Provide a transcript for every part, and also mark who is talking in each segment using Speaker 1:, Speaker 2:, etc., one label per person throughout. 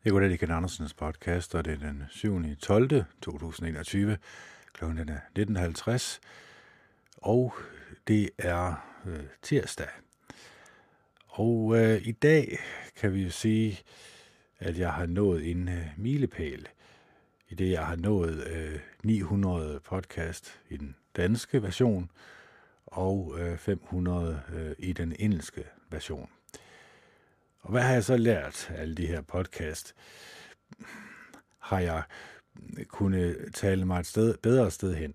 Speaker 1: Jeg går til Ken Andersens podcast, og det er den 7.12.2021. Klokken er 19.50, og det er tirsdag. Og i dag kan vi jo sige, at jeg har nået en milepæl, i det jeg har nået 900 podcast i den danske version, og 500 i den engelske version. Og hvad har jeg så lært af alle de her podcast? Har jeg kunnet tale mig et bedre sted hen?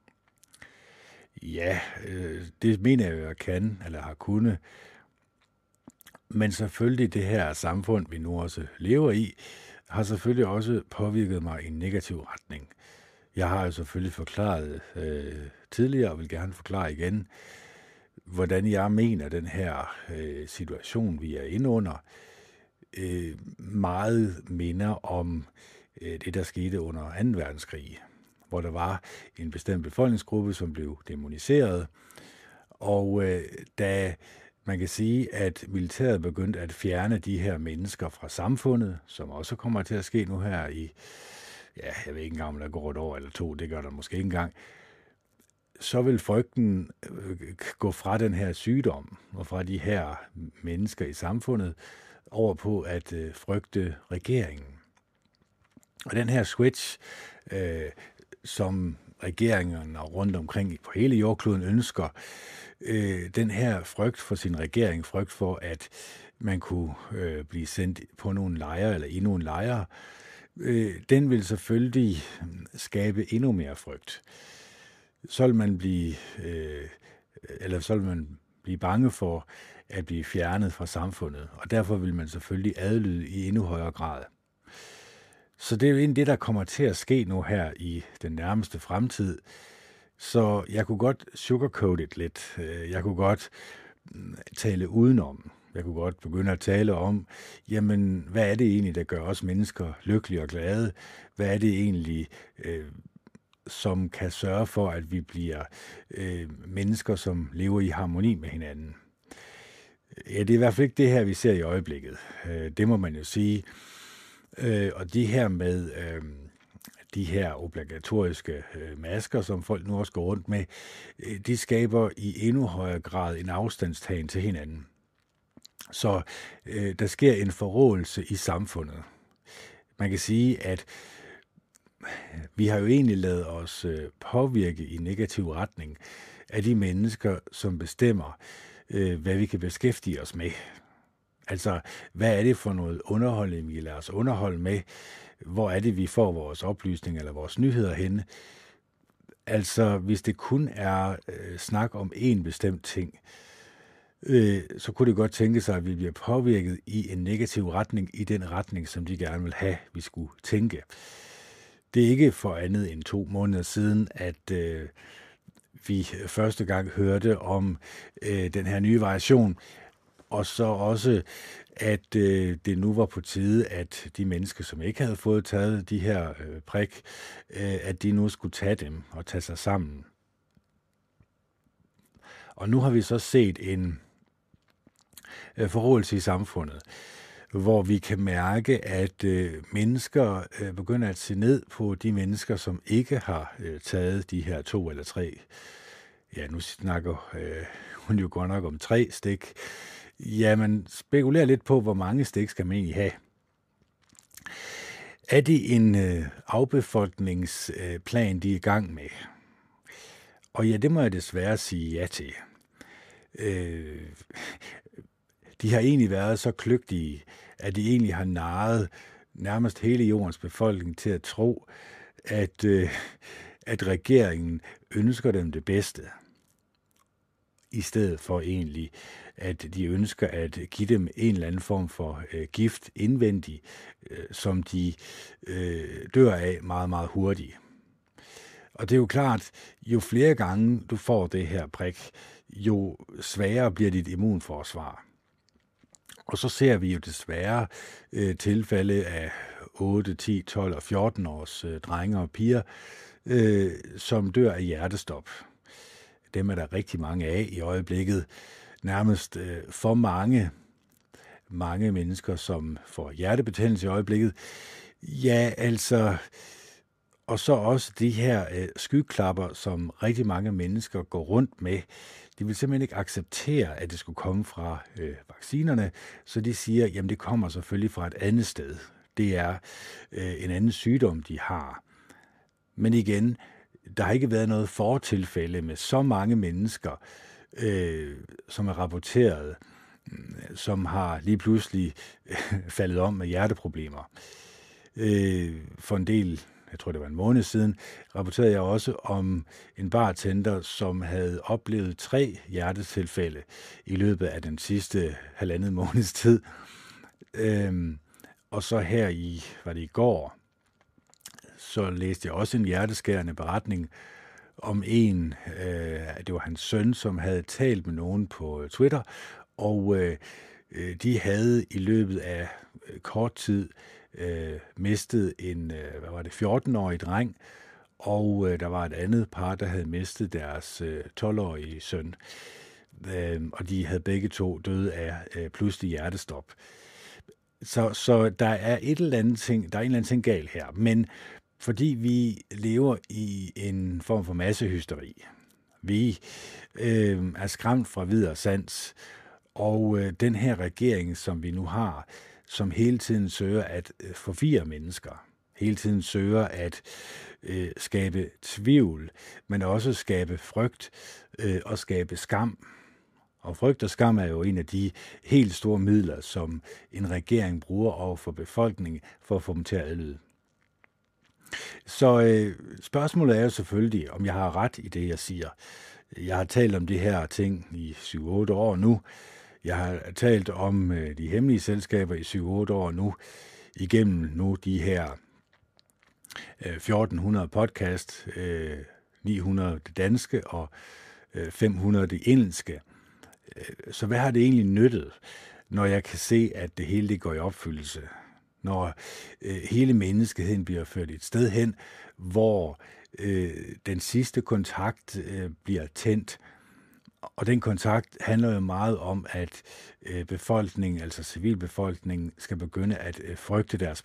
Speaker 1: Ja, det mener jeg jo, jeg kan, eller har kunnet. Men selvfølgelig det her samfund, vi nu også lever i, har selvfølgelig også påvirket mig i en negativ retning. Jeg har jo selvfølgelig forklaret tidligere, og vil gerne forklare igen, hvordan jeg mener, den her situation, vi er inde under, meget minder om det, der skete under 2. verdenskrig, hvor der var en bestemt befolkningsgruppe, som blev demoniseret, og da man kan sige, at militæret begyndte at fjerne de her mennesker fra samfundet, som også kommer til at ske nu her i, jeg ved ikke engang, om der går et år eller to, det gør der måske ikke engang, så vil frygten gå fra den her sygdom og fra de her mennesker i samfundet over på at frygte regeringen. Og den her switch, som regeringen rundt omkring på hele jordkloden ønsker, den her frygt for sin regering, frygt for, at man kunne blive sendt på nogle lejre eller i nogle lejre, den vil selvfølgelig skabe endnu mere frygt. Så vil man blive bange for at blive fjernet fra samfundet, og derfor vil man selvfølgelig adlyde i endnu højere grad. Så det er jo egentlig det, der kommer til at ske nu her i den nærmeste fremtid. Så jeg kunne godt sugarcoat det lidt. Jeg kunne godt tale udenom. Jeg kunne godt begynde at tale om, jamen, hvad er det egentlig, der gør os mennesker lykkelige og glade? Hvad er det egentlig, som kan sørge for, at vi bliver mennesker, som lever i harmoni med hinanden? Ja, det er i hvert fald ikke det her, vi ser i øjeblikket. Det må man jo sige. Og de her med de her obligatoriske masker, som folk nu også går rundt med, de skaber i endnu højere grad en afstandstagen til hinanden. Så der sker en forrådelse i samfundet. Man kan sige, at vi har jo egentlig ladet os påvirke i negativ retning af de mennesker, som bestemmer, hvad vi kan beskæftige os med. Altså, hvad er det for noget underholdning, vi lader os underholde med? Hvor er det, vi får vores oplysning eller vores nyheder henne? Altså, hvis det kun er snak om en bestemt ting, så kunne det godt tænke sig, at vi bliver påvirket i en negativ retning, i den retning, som de gerne vil have, vi skulle tænke. Det er ikke for andet end 2 måneder siden, at vi første gang hørte om den her nye variation, og så også, at det nu var på tide, at de mennesker, som ikke havde fået taget de her prik, at de nu skulle tage dem og tage sig sammen. Og nu har vi så set en forrådelse i samfundet, hvor vi kan mærke, at mennesker begynder at se ned på de mennesker, som ikke har taget de her 2 eller 3. Ja, nu snakker hun jo godt nok om 3 stik. Ja, man spekulerer lidt på, hvor mange stik skal man egentlig have. Er det en afbefolkningsplan, de er i gang med? Og ja, det må jeg desværre sige ja til. De har egentlig været så kløgtige, at de egentlig har narret nærmest hele jordens befolkning til at tro, at regeringen ønsker dem det bedste, i stedet for egentlig, at de ønsker at give dem en eller anden form for gift indvendig, som de dør af meget, meget hurtigt. Og det er jo klart, jo flere gange du får det her prik, jo sværere bliver dit immunforsvar. Og så ser vi jo desværre tilfælde af 8, 10, 12 og 14 års drenge og piger, som dør af hjertestop. Dem er der rigtig mange af i øjeblikket. Nærmest for mange, mange mennesker, som får hjertebetændelse i øjeblikket. Ja, altså, og så også de her skyklapper, som rigtig mange mennesker går rundt med. De vil simpelthen ikke acceptere, at det skulle komme fra vaccinerne, så de siger, jamen det kommer selvfølgelig fra et andet sted. Det er en anden sygdom, de har. Men igen, der har ikke været noget fortilfælde med så mange mennesker, som er rapporteret, som har lige pludselig faldet om med hjerteproblemer. For en del, jeg tror det var en måned siden, rapporterede jeg også om en bartender, som havde oplevet 3 hjertetilfælde i løbet af den sidste 1,5 måneds tid. Og så her i går, så læste jeg også en hjerteskærende beretning om det var hans søn, som havde talt med nogen på Twitter, og de havde i løbet af kort tid mistet en 14-årig dreng, og der var et andet par, der havde mistet deres 12-årige søn, og de havde begge to døde af pludselig hjertestop. Så der er en eller anden ting galt her, men fordi vi lever i en form for massehysteri, vi er skræmt fra vid og sans, og den her regering, som vi nu har, som hele tiden søger at forvirre mennesker, hele tiden søger at skabe tvivl, men også skabe frygt og skabe skam. Og frygt og skam er jo en af de helt store midler, som en regering bruger over for befolkningen for at få dem til at adlyde. Så spørgsmålet er jo selvfølgelig, om jeg har ret i det, jeg siger. Jeg har talt om de her ting i 7-8 år nu. Jeg har talt om de hemmelige selskaber i 7-8 år nu, igennem nu de her 1400 podcast, 900 det danske og 500 det engelske. Så hvad har det egentlig nyttet, når jeg kan se, at det hele det går i opfyldelse? Når hele menneskeheden bliver ført et sted hen, hvor den sidste kontakt bliver tændt. Og den kontakt handler jo meget om, at befolkningen, altså civilbefolkningen, skal begynde at frygte deres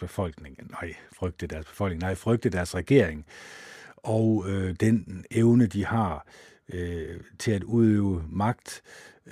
Speaker 1: regering. Og den evne, de har til at udøve magt,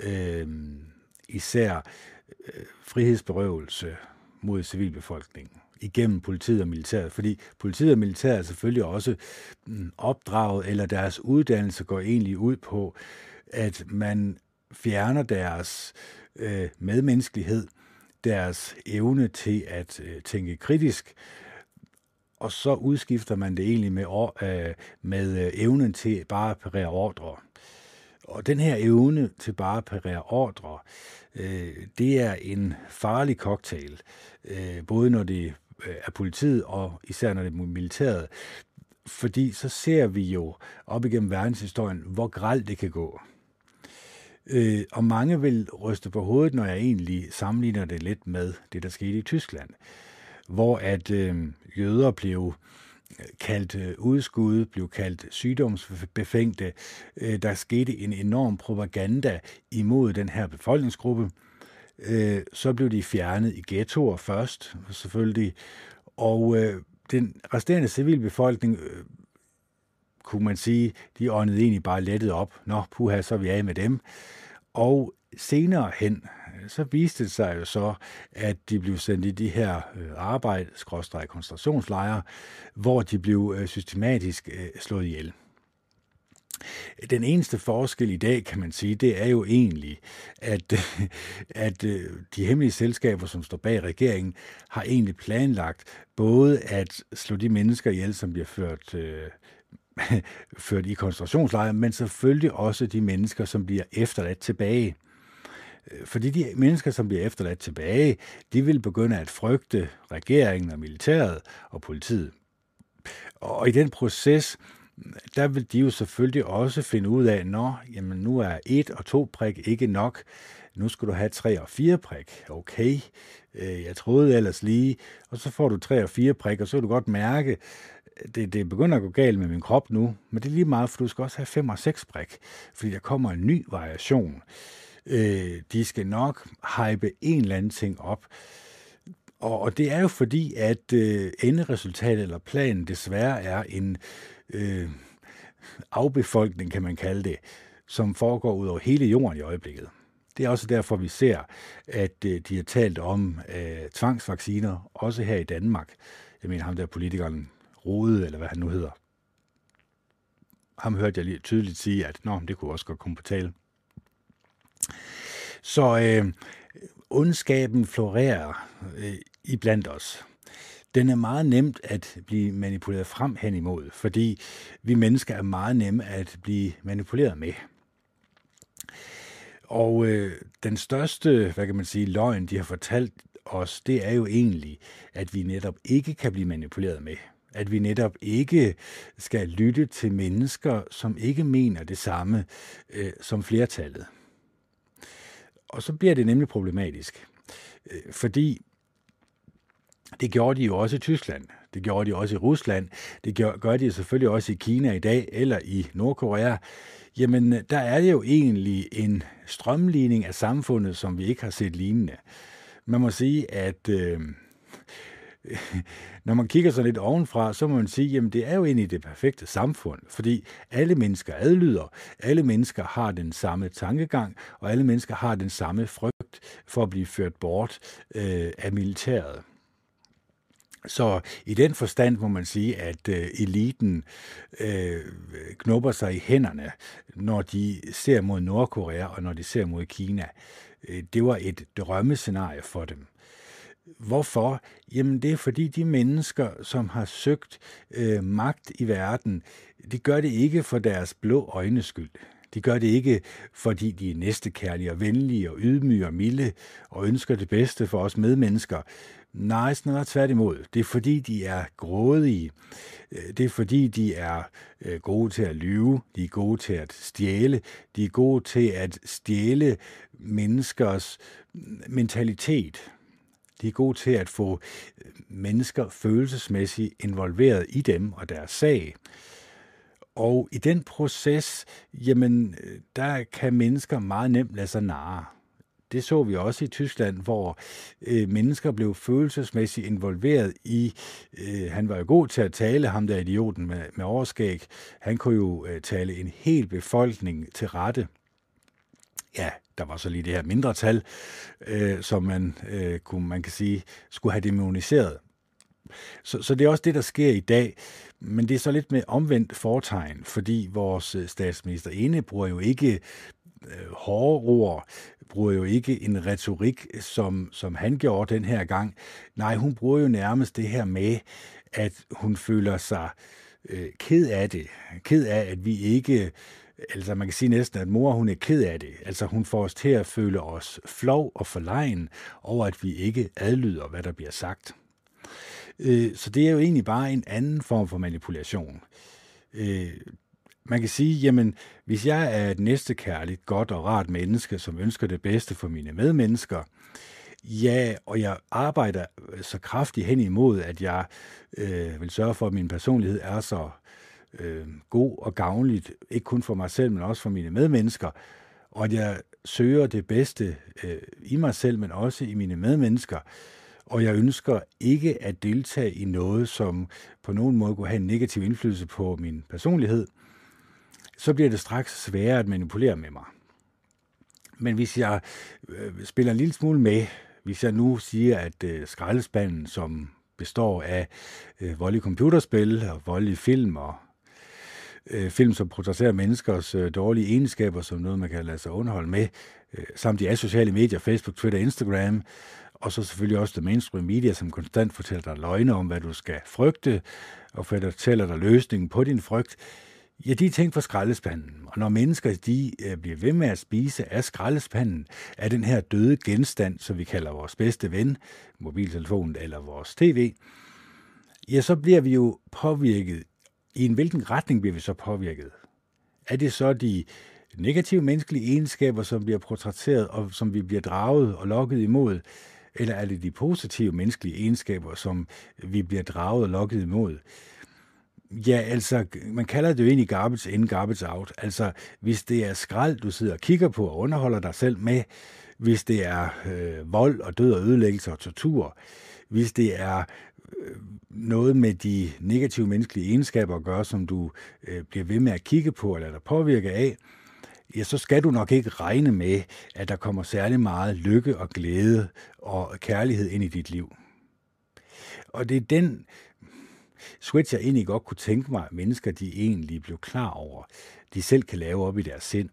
Speaker 1: især frihedsberøvelse mod civilbefolkningen igennem politiet og militæret, fordi politiet og militæret er selvfølgelig også opdraget, eller deres uddannelse går egentlig ud på, at man fjerner deres medmenneskelighed, deres evne til at tænke kritisk, og så udskifter man det egentlig med evnen til bare at parere ordre. Og den her evne til bare at parere ordre, det er en farlig cocktail, både når det er politiet og især når det er militæret, fordi så ser vi jo op igennem verdenshistorien, hvor grelt det kan gå. Og mange vil ryste på hovedet, når jeg egentlig sammenligner det lidt med det, der skete i Tyskland, hvor at jøder blev kaldt udskud, blev kaldt sygdomsbefængte. Der skete en enorm propaganda imod den her befolkningsgruppe. Så blev de fjernet i ghettoer først, selvfølgelig. Og den resterende civilbefolkning, kunne man sige, de åndede egentlig bare lettet op. Nå, puha, så er vi af med dem. Og senere hen, så viste det sig jo så, at de blev sendt i de her koncentrationslejre, hvor de blev systematisk slået ihjel. Den eneste forskel i dag, kan man sige, det er jo egentlig, at de hemmelige selskaber, som står bag regeringen, har egentlig planlagt både at slå de mennesker ihjel, som bliver ført i koncentrationslejre, men selvfølgelig også de mennesker, som bliver efterladt tilbage. Fordi de mennesker, som bliver efterladt tilbage, de vil begynde at frygte regeringen og militæret og politiet. Og i den proces, der vil de jo selvfølgelig også finde ud af, jamen nu er 1 og 2 prik ikke nok. Nu skal du have 3 og 4 prik. Okay, jeg troede ellers lige. Og så får du 3 og 4 prik, og så kan du godt mærke, det begynder at gå galt med min krop nu. Men det er lige meget, for du skal også have 5 og 6 prik, fordi der kommer en ny variation. De skal nok hype en eller anden ting op. Og det er jo fordi, at enderesultatet eller planen desværre er en afbefolkning, kan man kalde det, som foregår ud over hele jorden i øjeblikket. Det er også derfor, vi ser, at de har talt om tvangsvacciner, også her i Danmark. Jeg mener ham der politikeren Rode, eller hvad han nu hedder. Ham hørte jeg lige tydeligt sige, at det kunne også godt komme på tale. Så ondskaben florerer iblandt os. Den er meget nemt at blive manipuleret frem hen imod, fordi vi mennesker er meget nemme at blive manipuleret med. Og den største, løgn, de har fortalt os, det er jo egentlig, at vi netop ikke kan blive manipuleret med. At vi netop ikke skal lytte til mennesker, som ikke mener det samme som flertallet. Og så bliver det nemlig problematisk, fordi det gjorde de jo også i Tyskland, det gjorde de også i Rusland, det gør de selvfølgelig også i Kina i dag, eller i Nordkorea. Jamen, der er det jo egentlig en strømligning af samfundet, som vi ikke har set lignende. Man må sige, at når man kigger så lidt ovenfra, så må man sige, jamen det er jo egentlig det perfekte samfund, fordi alle mennesker adlyder, alle mennesker har den samme tankegang, og alle mennesker har den samme frygt for at blive ført bort af militæret. Så i den forstand må man sige, at eliten knupper sig i hænderne, når de ser mod Nordkorea og når de ser mod Kina. Det var et drømmescenarie for dem. Hvorfor? Jamen det er fordi de mennesker, som har søgt magt i verden, de gør det ikke for deres blå øjnes skyld. De gør det ikke, fordi de er næstekærlige og venlige og ydmyge og milde og ønsker det bedste for os medmennesker. Nej, snarere tværtimod. Det er fordi, de er grådige. Det er fordi, de er gode til at lyve. De er gode til at stjæle. De er gode til at stjæle menneskers mentalitet. De er gode til at få mennesker følelsesmæssigt involveret i dem og deres sag. Og i den proces, jamen, der kan mennesker meget nemt lade sig narre. Det så vi også i Tyskland, hvor mennesker blev følelsesmæssigt involveret i, han var jo god til at tale, ham der idioten med overskæg, han kunne jo tale en hel befolkning til rette. Ja, der var så lige det her mindretal, som man kan sige, skulle have demoniseret. Så det er også det, der sker i dag, men det er så lidt med omvendt fortegn, fordi vores statsminister ene bruger jo ikke hårde ord, bruger jo ikke en retorik, som han gjorde den her gang. Nej, hun bruger jo nærmest det her med, at hun føler sig ked af det. Ked af, at vi ikke... Altså man kan sige næsten, at mor hun er ked af det. Altså hun får os til at føle os flov og forlegen over, at vi ikke adlyder, hvad der bliver sagt. Så det er jo egentlig bare en anden form for manipulation. Man kan sige, jamen, hvis jeg er et næstekærligt, godt og rart menneske, som ønsker det bedste for mine medmennesker, ja, og jeg arbejder så kraftigt hen imod, at jeg vil sørge for, at min personlighed er så god og gavnligt, ikke kun for mig selv, men også for mine medmennesker, og at jeg søger det bedste i mig selv, men også i mine medmennesker, og jeg ønsker ikke at deltage i noget, som på nogen måde kunne have en negativ indflydelse på min personlighed, så bliver det straks sværere at manipulere med mig. Men hvis jeg spiller en lille smule med, hvis jeg nu siger, at skraldespanden, som består af voldelige computerspil og voldelige film og film, som portrætterer menneskers dårlige egenskaber som noget, man kan lade sig underholde med, samt de asociale medier, Facebook, Twitter, Instagram, og så selvfølgelig også det mainstream media, som konstant fortæller dig løgne om, hvad du skal frygte, og fortæller dig løsningen på din frygt. Ja, de er ting fra skraldespanden, og når mennesker de bliver ved med at spise af skraldespanden, af den her døde genstand, som vi kalder vores bedste ven, mobiltelefonen eller vores tv, ja, så bliver vi jo påvirket. I en hvilken retning bliver vi så påvirket? Er det så de negative menneskelige egenskaber, som bliver portrætteret, og som vi bliver draget og lokket imod, eller er det de positive menneskelige egenskaber, som vi bliver draget og lokket imod? Ja, altså, man kalder det jo egentlig garbage in, garbage out. Altså, hvis det er skrald, du sidder og kigger på og underholder dig selv med, hvis det er vold og død og ødelæggelse og tortur, hvis det er noget med de negative menneskelige egenskaber at gøre, som du bliver ved med at kigge på eller der påvirker af, ja, så skal du nok ikke regne med, at der kommer særlig meget lykke og glæde og kærlighed ind i dit liv. Og det er den switch, jeg egentlig godt kunne tænke mig, at mennesker de egentlig blev klar over, de selv kan lave op i deres sind.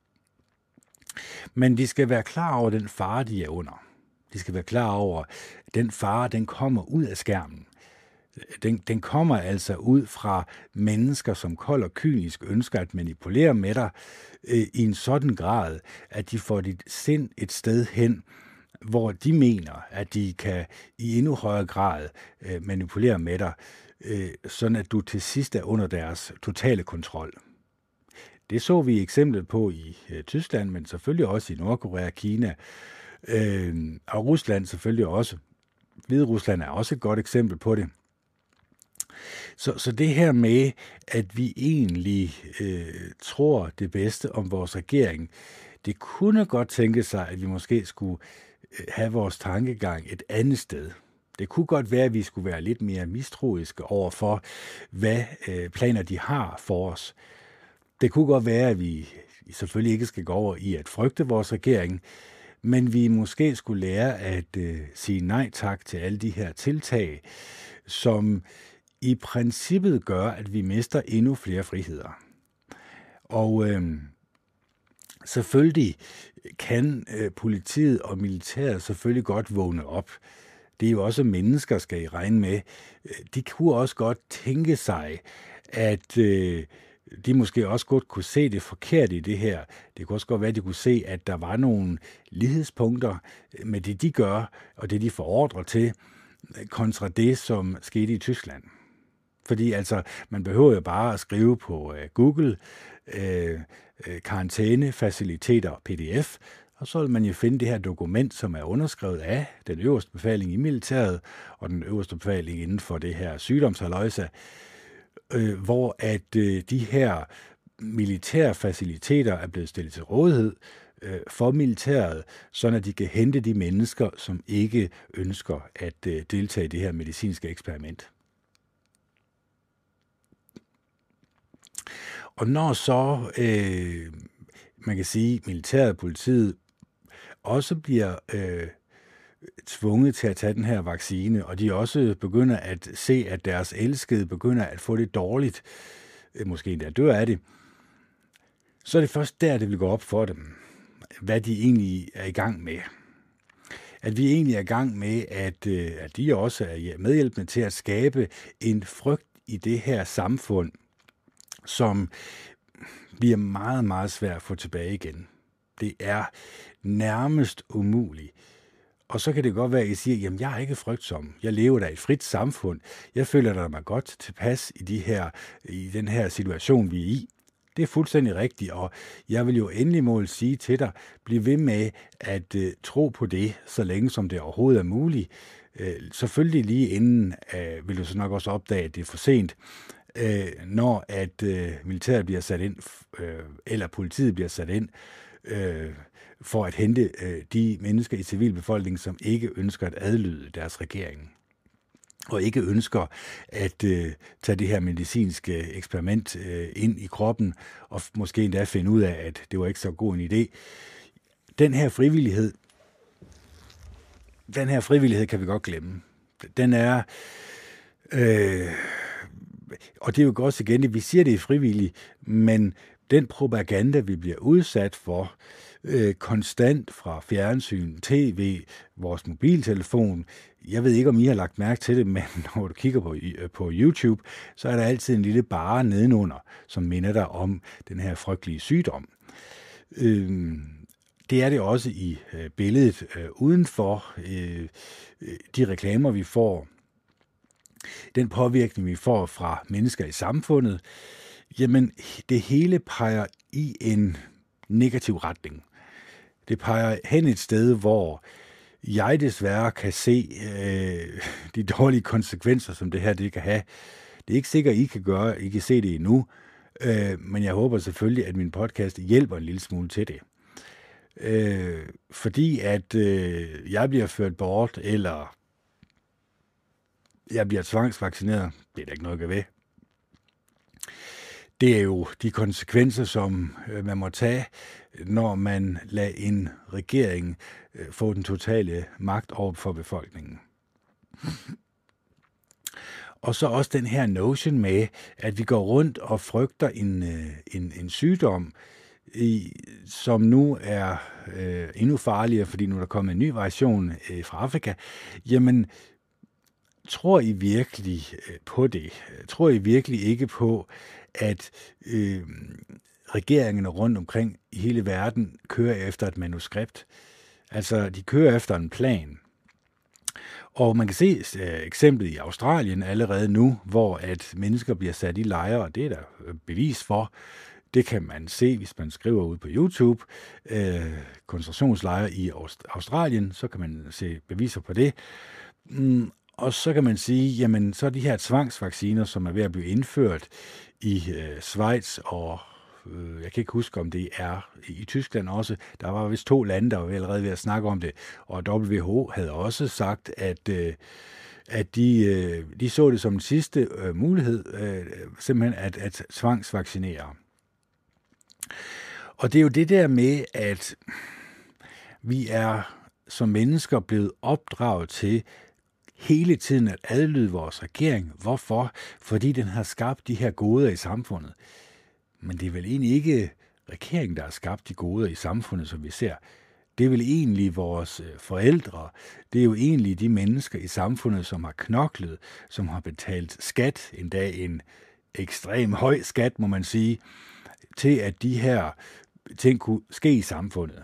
Speaker 1: Men de skal være klar over den fare, de er under. De skal være klar over, at den fare, den kommer ud af skærmen. Den kommer altså ud fra mennesker, som koldt og kynisk ønsker at manipulere med dig i en sådan grad, at de får dit sind et sted hen, hvor de mener, at de kan i endnu højere grad manipulere med dig, sådan at du til sidst er under deres totale kontrol. Det så vi eksemplet på i Tyskland, men selvfølgelig også i Nordkorea, Kina og Rusland selvfølgelig også. Hviderusland er også et godt eksempel på det. Så det her med, at vi egentlig tror det bedste om vores regering, det kunne godt tænke sig, at vi måske skulle have vores tankegang et andet sted. Det kunne godt være, at vi skulle være lidt mere mistroiske over for, hvad planer de har for os. Det kunne godt være, at vi selvfølgelig ikke skal gå over i at frygte vores regering, men vi måske skulle lære at sige nej tak til alle de her tiltag, som i princippet gør, at vi mister endnu flere friheder. Og selvfølgelig kan politiet og militæret selvfølgelig godt vågne op. Det er jo også mennesker, skal I regne med. De kunne også godt tænke sig, at de måske også godt kunne se det forkerte i det her. Det kunne også godt være, at de kunne se, at der var nogle lighedspunkter med det, de gør, og det, de får ordre til, kontra det, som skete i Tyskland. Fordi altså, man behøver jo bare at skrive på Google, karantænefaciliteter PDF, og så vil man jo finde det her dokument, som er underskrevet af den øverste befaling i militæret, og den øverste befaling inden for det her sygdomshalløjsa, hvor at de her militære faciliteter er blevet stillet til rådighed for militæret, så at de kan hente de mennesker, som ikke ønsker at deltage i det her medicinske eksperiment. Og når så, man kan sige, militæret og politiet også bliver tvunget til at tage den her vaccine, og de også begynder at se, at deres elskede begynder at få det dårligt, måske endda dør af det, så er det først der, det vil gå op for dem, hvad de egentlig er i gang med. At vi egentlig er i gang med, at de også er medhjælpende til at skabe en frygt i det her samfund, som bliver meget, meget svært at få tilbage igen. Det er nærmest umuligt. Og så kan det godt være, at I siger, jamen jeg er ikke frygtsom. Jeg lever da i et frit samfund. Jeg føler da mig godt tilpas i den her situation, vi er i. Det er fuldstændig rigtigt, og jeg vil jo endelig mål sige til dig, bliv ved med at tro på det, så længe som det overhovedet er muligt. Selvfølgelig lige inden vil du så nok også opdage, at det er for sent, når at militæret bliver sat ind, eller politiet bliver sat ind, for at hente de mennesker i civilbefolkningen, som ikke ønsker at adlyde deres regering, og ikke ønsker at tage det her medicinske eksperiment ind i kroppen, og måske endda finde ud af, at det var ikke så god en idé. Den her frivillighed kan vi godt glemme. Den er... og det er jo også igen, at vi siger, det er frivilligt, men den propaganda, vi bliver udsat for, konstant fra fjernsyn, tv, vores mobiltelefon. Jeg ved ikke, om I har lagt mærke til det, men når du kigger på YouTube, så er der altid en lille barre nedenunder, som minder dig om den her frygtelige sygdom. Det er det også i billedet udenfor de reklamer, vi får, den påvirkning, vi får fra mennesker i samfundet. Jamen, det hele peger i en negativ retning. Det peger hen et sted, hvor jeg desværre kan se de dårlige konsekvenser, som det her det kan have. Det er ikke sikkert, I kan se det endnu, men jeg håber selvfølgelig, at min podcast hjælper en lille smule til det. Fordi at jeg bliver ført bort, eller jeg bliver tvangsvaccineret, det er der ikke noget at gøre ved. Det er jo de konsekvenser, som man må tage, når man lader en regering få den totale magt over for befolkningen. Og så også den her notion med, at vi går rundt og frygter en sygdom, som nu er endnu farligere, fordi nu er der kommet en ny variation fra Afrika. Jamen, tror I virkelig på det? Tror I virkelig ikke på, at regeringerne rundt omkring i hele verden kører efter et manuskript? Altså, de kører efter en plan. Og man kan se eksemplet i Australien allerede nu, hvor at mennesker bliver sat i lejre, og det er der bevis for. Det kan man se, hvis man skriver ud på YouTube, koncentrationslejre i Australien, så kan man se beviser på det. Og så kan man sige, jamen så er de her tvangsvacciner, som er ved at blive indført i Schweiz, og jeg kan ikke huske, om det er i Tyskland også. Der var vist 2 lande, der var allerede ved at snakke om det, og WHO havde også sagt, at de så det som den sidste mulighed, simpelthen at tvangsvaccinere. Og det er jo det der med, at vi er som mennesker blevet opdraget til hele tiden at adlyde vores regering. Hvorfor? Fordi den har skabt de her goder i samfundet. Men det er vel egentlig ikke regeringen, der har skabt de goder i samfundet, som vi ser. Det er vel egentlig vores forældre. Det er jo egentlig de mennesker i samfundet, som har knoklet, som har betalt skat, endda en ekstrem høj skat, må man sige, til at de her ting kunne ske i samfundet.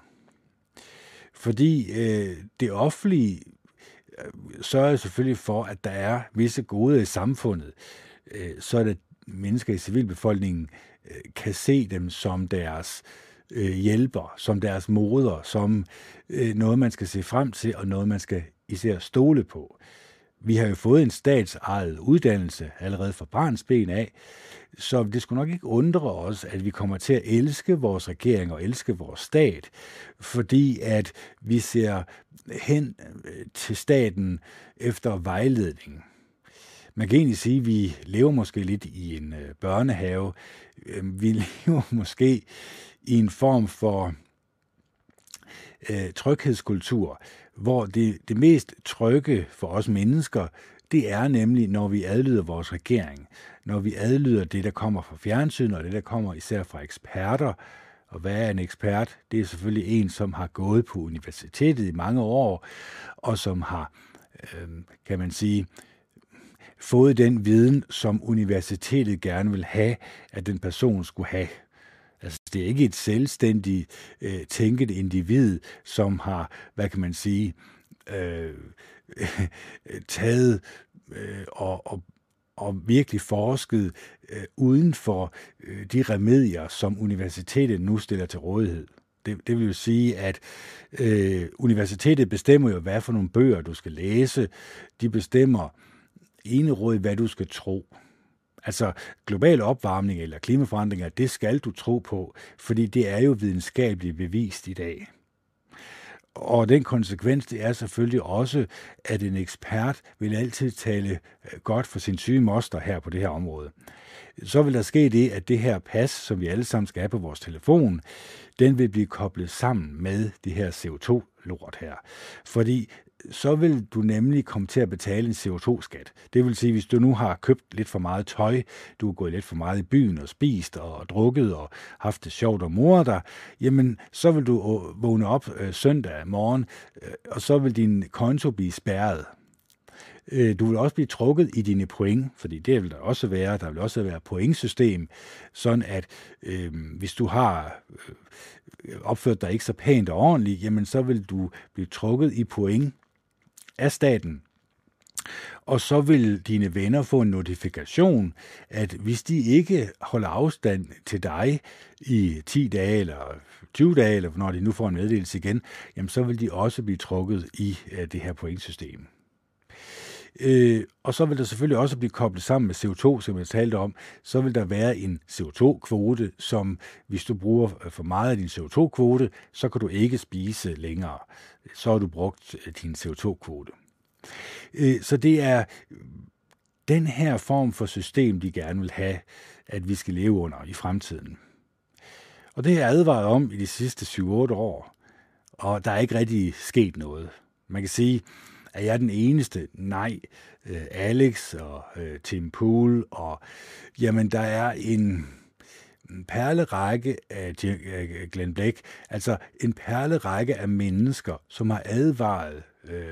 Speaker 1: Fordi det offentlige sørger selvfølgelig for, at der er visse goder i samfundet, så at mennesker i civilbefolkningen kan se dem som deres hjælper, som deres moder, som noget, man skal se frem til, og noget, man skal især stole på. Vi har jo fået en statsejet uddannelse allerede fra barnsben af, så det skulle nok ikke undre os, at vi kommer til at elske vores regering og elske vores stat, fordi at vi ser hen til staten efter vejledning. Man kan egentlig sige, at vi lever måske lidt i en børnehave. Vi lever måske i en form for tryghedskultur, hvor det mest trygge for os mennesker, det er nemlig, når vi adlyder vores regering. Når vi adlyder det, der kommer fra fjernsynet, og det, der kommer især fra eksperter. Og hvad er en ekspert? Det er selvfølgelig en, som har gået på universitetet i mange år, og som har, kan man sige, fået den viden, som universitetet gerne vil have, at den person skulle have. Altså, det er ikke et selvstændigt tænket individ, som har, hvad kan man sige, taget og virkelig forsket uden for de remedier, som universitetet nu stiller til rådighed. Det vil jo sige, at universitetet bestemmer jo, hvad for nogle bøger du skal læse. De bestemmer enerådigt, hvad du skal tro. Altså global opvarmning eller klimaforandringer, det skal du tro på, fordi det er jo videnskabeligt bevist i dag. Og den konsekvens, det er selvfølgelig også, at en ekspert vil altid tale godt for sin syge moster her på det her område. Så vil der ske det, at det her pas, som vi alle sammen skal have på vores telefon, den vil blive koblet sammen med det her CO2-lort her. Fordi så vil du nemlig komme til at betale en CO2-skat. Det vil sige, hvis du nu har købt lidt for meget tøj, du har gået lidt for meget i byen og spist og drukket og haft det sjovt og moret dig, jamen så vil du vågne op søndag morgen, og så vil din konto blive spærret. Du vil også blive trukket i dine point, fordi det vil der også være. Der vil også være pointsystem, sådan at hvis du har opført dig ikke så pænt og ordentligt, jamen så vil du blive trukket i point af staten. Og så vil dine venner få en notifikation, at hvis de ikke holder afstand til dig i 10 dage eller 20 dage, eller når de nu får en meddelelse igen, jamen så vil de også blive trukket i det her pointsystem. Og så vil der selvfølgelig også blive koblet sammen med CO2, som jeg talte om. Så vil der være en CO2-kvote, som hvis du bruger for meget af din CO2-kvote, så kan du ikke spise længere. Så har du brugt din CO2-kvote. Så det er den her form for system, de gerne vil have, at vi skal leve under i fremtiden. Og det har jeg advaret om i de sidste 7-8 år, og der er ikke rigtig sket noget. Man kan sige, at jeg er den eneste? Nej. Alex og Tim Pool, og jamen der er en perlerække af Glenn Beck, altså en perlerække af mennesker, som har advaret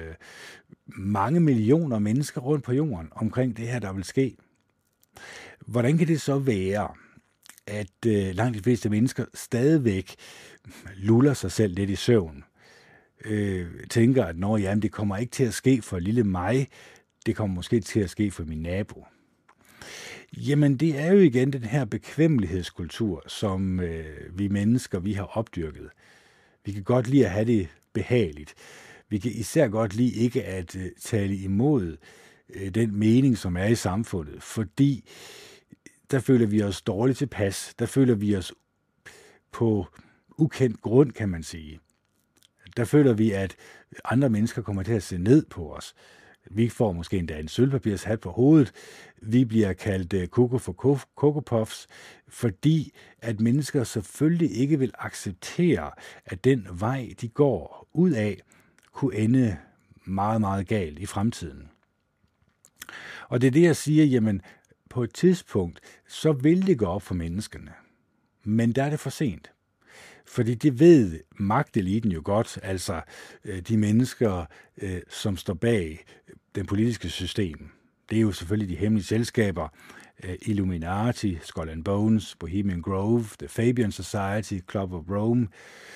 Speaker 1: mange millioner mennesker rundt på jorden omkring det her, der vil ske. Hvordan kan det så være, at langt de fleste mennesker stadigvæk luller sig selv lidt i søvn? Tænker, at jamen, det kommer ikke til at ske for lille mig, det kommer måske til at ske for min nabo. Jamen, det er jo igen den her bekvemmelighedskultur, som vi mennesker, vi har opdyrket. Vi kan godt lide at have det behageligt. Vi kan især godt lide ikke at tale imod den mening, som er i samfundet, fordi der føler vi os dårligt tilpas. Der føler vi os på ukendt grund, kan man sige. Der føler vi, at andre mennesker kommer til at se ned på os. Vi får måske endda en sølvpapirshat på hovedet. Vi bliver kaldt koko for Coco Puffs, fordi at mennesker selvfølgelig ikke vil acceptere, at den vej, de går ud af, kunne ende meget, meget galt i fremtiden. Og det er det, jeg siger, jamen på et tidspunkt, så vil det gå op for menneskene. Men der er det for sent. Fordi det ved magteliten jo godt, altså de mennesker, som står bag det politiske system. Det er jo selvfølgelig de hemmelige selskaber, Illuminati, Skull and Bones, Bohemian Grove, The Fabian Society, Club of Rome,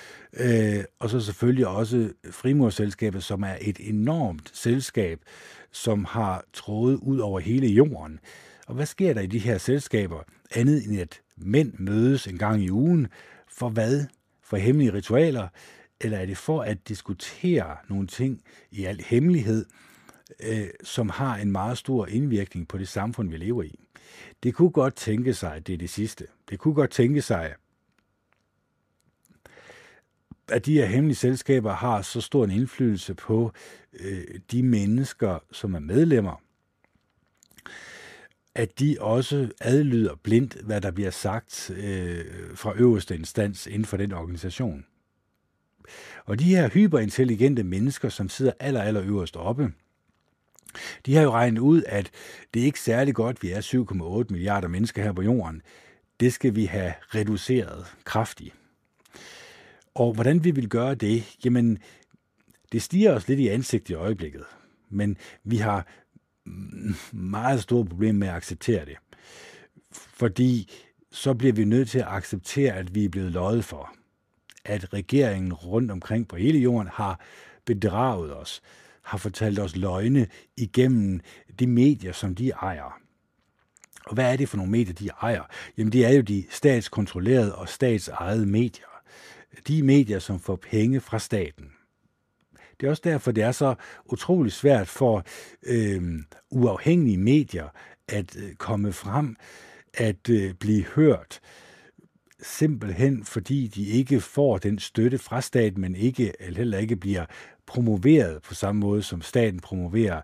Speaker 1: og så selvfølgelig også frimurselskabet, som er et enormt selskab, som har trådet ud over hele jorden. Og hvad sker der i de her selskaber? Andet end at mænd mødes en gang i ugen. For hvad? For hemmelige ritualer? Eller er det for at diskutere nogle ting i al hemmelighed, som har en meget stor indvirkning på det samfund, vi lever i? Det kunne godt tænke sig, at det er det sidste. Det kunne godt tænke sig, at de her hemmelige selskaber har så stor en indflydelse på de mennesker, som er medlemmer, at de også adlyder blindt, hvad der bliver sagt fra øverste instans inden for den organisation. Og de her hyperintelligente mennesker, som sidder aller øverst oppe, de har jo regnet ud, at det er ikke særlig godt, vi er 7,8 milliarder mennesker her på jorden. Det skal vi have reduceret kraftigt. Og hvordan vi vil gøre det, jamen, det stiger os lidt i ansigtet i øjeblikket. Men vi har meget store problemer med at acceptere det. Fordi så bliver vi nødt til at acceptere, at vi er blevet løjet for. At regeringen rundt omkring på hele jorden har bedraget os, har fortalt os løgne igennem de medier, som de ejer. Og hvad er det for nogle medier, de ejer? Jamen, det er jo de statskontrollerede og statsejede medier. De medier, som får penge fra staten. Det er også derfor, det er så utroligt svært for uafhængige medier at komme frem, at blive hørt. Simpelthen fordi de ikke får den støtte fra staten, men heller ikke bliver promoveret på samme måde, som staten promoverer,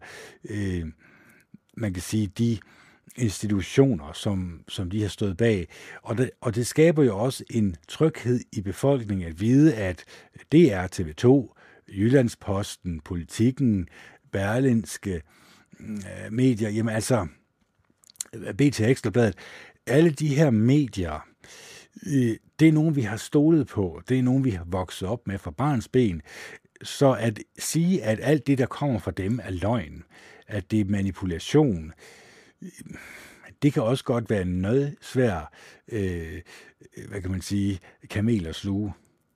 Speaker 1: man kan sige, de institutioner, som de har stået bag. Og det skaber jo også en tryghed i befolkningen at vide, at DR, TV2, Jyllandsposten, Politikken, Berlingske medier, jamen altså BT Ekstrabladet, alle de her medier, det er nogen, vi har stolet på. Det er nogen, vi har vokset op med fra barnsben. Så at sige, at alt det, der kommer fra dem, er løgn, at det er manipulation, det kan også godt være noget svær, hvad kan man sige, kamel at sluge.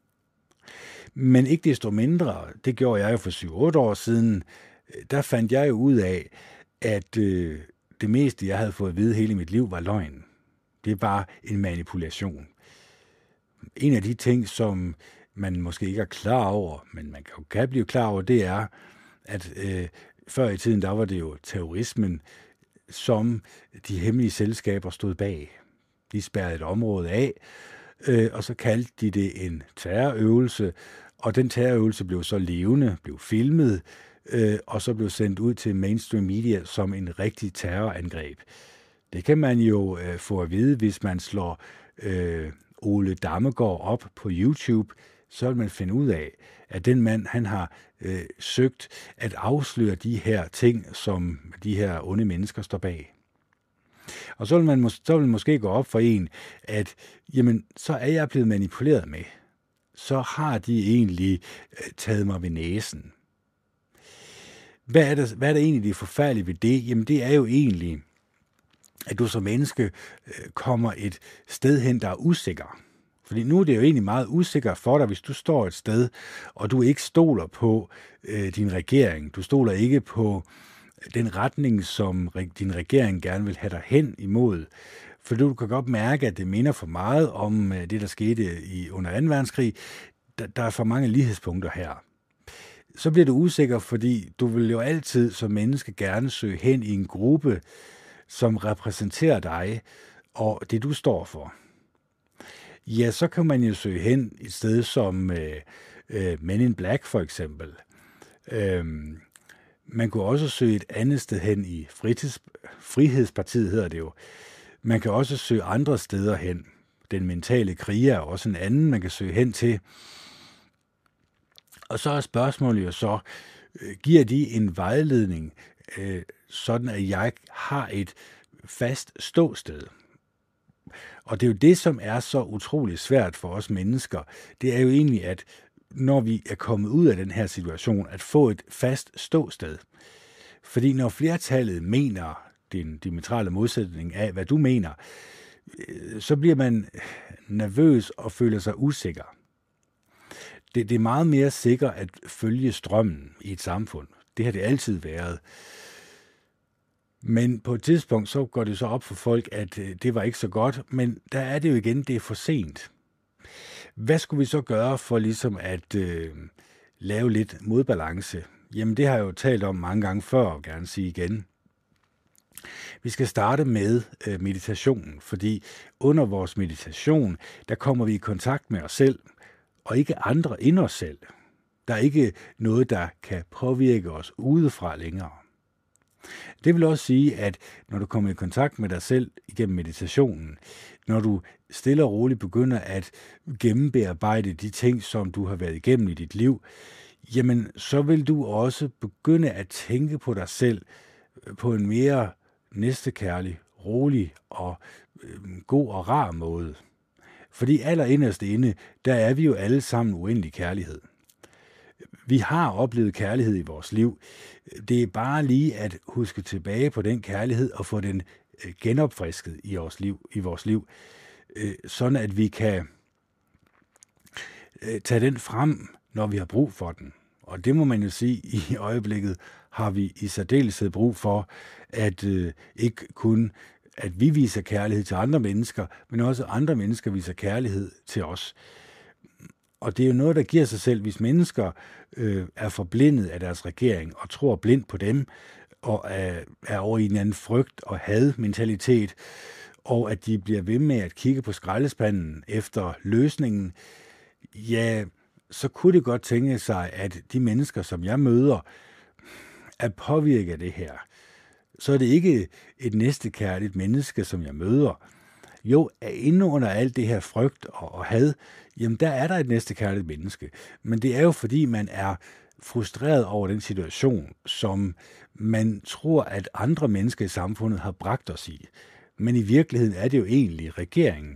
Speaker 1: Men ikke desto mindre, det gjorde jeg jo for 7-8 år siden, der fandt jeg jo ud af, at det meste, jeg havde fået at vide hele mit liv, var løgn. Det var en manipulation. En af de ting, som man måske ikke er klar over, men man kan blive klar over, det er, at Før i tiden, der var det jo terrorismen, som de hemmelige selskaber stod bag. De spærrede et område af, og så kaldte de det en terrorøvelse, og den terrorøvelse blev så levende, blev filmet, og så blev sendt ud til mainstream media som en rigtig terrorangreb. Det kan man jo få at vide, hvis man slår Ole Dammegaard op på YouTube, så vil man finde ud af, at den mand, han har søgt at afsløre de her ting, som de her onde mennesker står bag. Og så vil måske gå op for en, at jamen, så er jeg blevet manipuleret med. Så har de egentlig taget mig ved næsen. Hvad er der egentlig det forfærdelige ved det? Jamen det er jo egentlig, at du som menneske kommer et sted hen, der er usikker. Fordi nu er det jo egentlig meget usikkert for dig, hvis du står et sted, og du ikke stoler på din regering. Du stoler ikke på den retning, som din regering gerne vil have dig hen imod. For du kan godt mærke, at det minder for meget om det, der skete under 2. verdenskrig. Der er for mange lighedspunkter her. Så bliver du usikker, fordi du vil jo altid som menneske gerne søge hen i en gruppe, som repræsenterer dig og det, du står for. Ja, så kan man jo søge hen et sted som Men in Black for eksempel. Man kunne også søge et andet sted hen i Frihedspartiet, hedder det jo. Man kan også søge andre steder hen. Den mentale kriger er også en anden, man kan søge hen til. Og så er spørgsmålet jo så, giver de en vejledning, sådan at jeg har et fast ståsted? Og det er jo det, som er så utroligt svært for os mennesker. Det er jo egentlig, at når vi er kommet ud af den her situation, at få et fast ståsted. Fordi når flertallet mener den diametrale modsætning af, hvad du mener, så bliver man nervøs og føler sig usikker. Det er meget mere sikkert at følge strømmen i et samfund. Det har det altid været. Men på et tidspunkt, så går det så op for folk, at det var ikke så godt, men der er det jo igen, det er for sent. Hvad skulle vi så gøre for ligesom at lave lidt modbalance? Jamen det har jeg jo talt om mange gange før, og gerne sige igen. Vi skal starte med meditationen, fordi under vores meditation, der kommer vi i kontakt med os selv, og ikke andre end os selv. Der er ikke noget, der kan påvirke os udefra længere. Det vil også sige, at når du kommer i kontakt med dig selv igennem meditationen, når du stille og roligt begynder at gennembearbejde de ting, som du har været igennem i dit liv, jamen så vil du også begynde at tænke på dig selv på en mere næstekærlig, rolig og god og rar måde. Fordi allerinderst inde, der er vi jo alle sammen uendelig kærlighed. Vi har oplevet kærlighed i vores liv. Det er bare lige at huske tilbage på den kærlighed og få den genopfrisket i vores liv, sådan at vi kan tage den frem, når vi har brug for den. Og det må man jo sige, i øjeblikket har vi i særdeleshed brug for, at ikke kun at vi viser kærlighed til andre mennesker, men også andre mennesker viser kærlighed til os. Og det er jo noget, der giver sig selv, hvis mennesker er forblindet af deres regering og tror blindt på dem, og er over i en anden frygt og had-mentalitet, og at de bliver ved med at kigge på skraldespanden efter løsningen, ja, så kunne det godt tænke sig, at de mennesker, som jeg møder, er påvirket af det her. Så er det ikke et næstekærligt menneske, som jeg møder. Jo, inde under alt det her frygt og had, jamen der er der et næstekærligt menneske. Men det er jo fordi, man er frustreret over den situation, som man tror, at andre mennesker i samfundet har bragt os i. Men i virkeligheden er det jo egentlig regeringen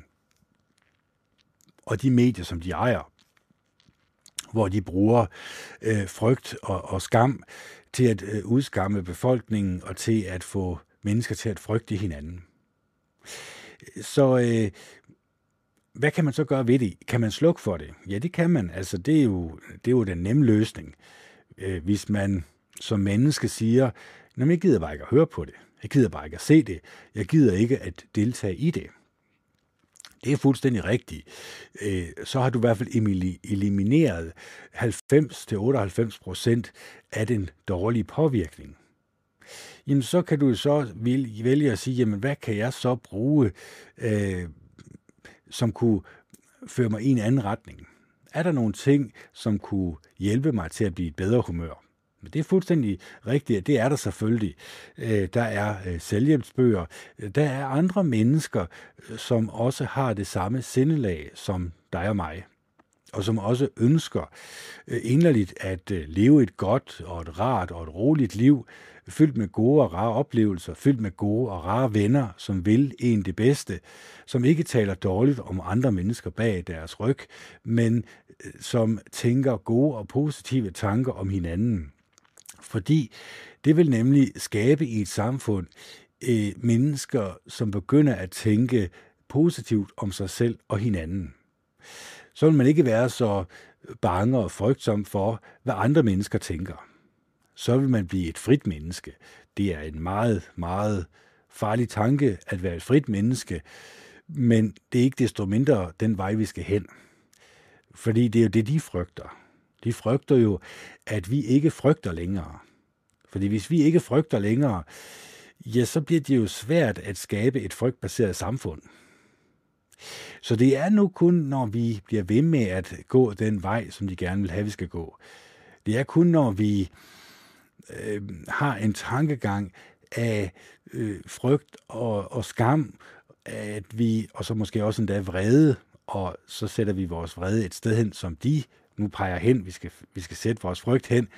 Speaker 1: og de medier, som de ejer, hvor de bruger frygt og skam til at udskamme befolkningen og til at få mennesker til at frygte hinanden. Så hvad kan man så gøre ved det? Kan man slukke for det? Ja, det kan man. Altså, det er jo den nemme løsning. Hvis man som menneske siger, jeg gider bare ikke at høre på det. Jeg gider bare ikke at se det. Jeg gider ikke at deltage i det. Det er fuldstændig rigtigt. Så har du i hvert fald elimineret 90-98% af den dårlige påvirkning. Jamen så kan du så vælge at sige, jamen hvad kan jeg så bruge, som kunne føre mig i en anden retning? Er der nogle ting, som kunne hjælpe mig til at blive et bedre humør? Men det er fuldstændig rigtigt, at det er der selvfølgelig. Der er selvhjælpsbøger. Der er andre mennesker, som også har det samme sindelag som dig og mig, og som også ønsker inderligt at leve et godt og et rart og et roligt liv, fyldt med gode og rare oplevelser, fyldt med gode og rare venner, som vil en det bedste, som ikke taler dårligt om andre mennesker bag deres ryg, men som tænker gode og positive tanker om hinanden. Fordi det vil nemlig skabe i et samfund mennesker, som begynder at tænke positivt om sig selv og hinanden. Så vil man ikke være så bange og frygtsom for, hvad andre mennesker tænker. Så vil man blive et frit menneske. Det er en meget, meget farlig tanke at være et frit menneske, men det er ikke desto mindre den vej, vi skal hen. Fordi det er jo det, de frygter. De frygter jo, at vi ikke frygter længere. Fordi hvis vi ikke frygter længere, ja, så bliver det jo svært at skabe et frygtbaseret samfund. Så det er nu kun, når vi bliver ved med at gå den vej, som de gerne vil have, vi skal gå. Det er kun, når vi har en tankegang af frygt og skam, at vi, og så måske også endda vrede, og så sætter vi vores vrede et sted hen, som de nu peger hen, vi skal sætte vores frygt hen.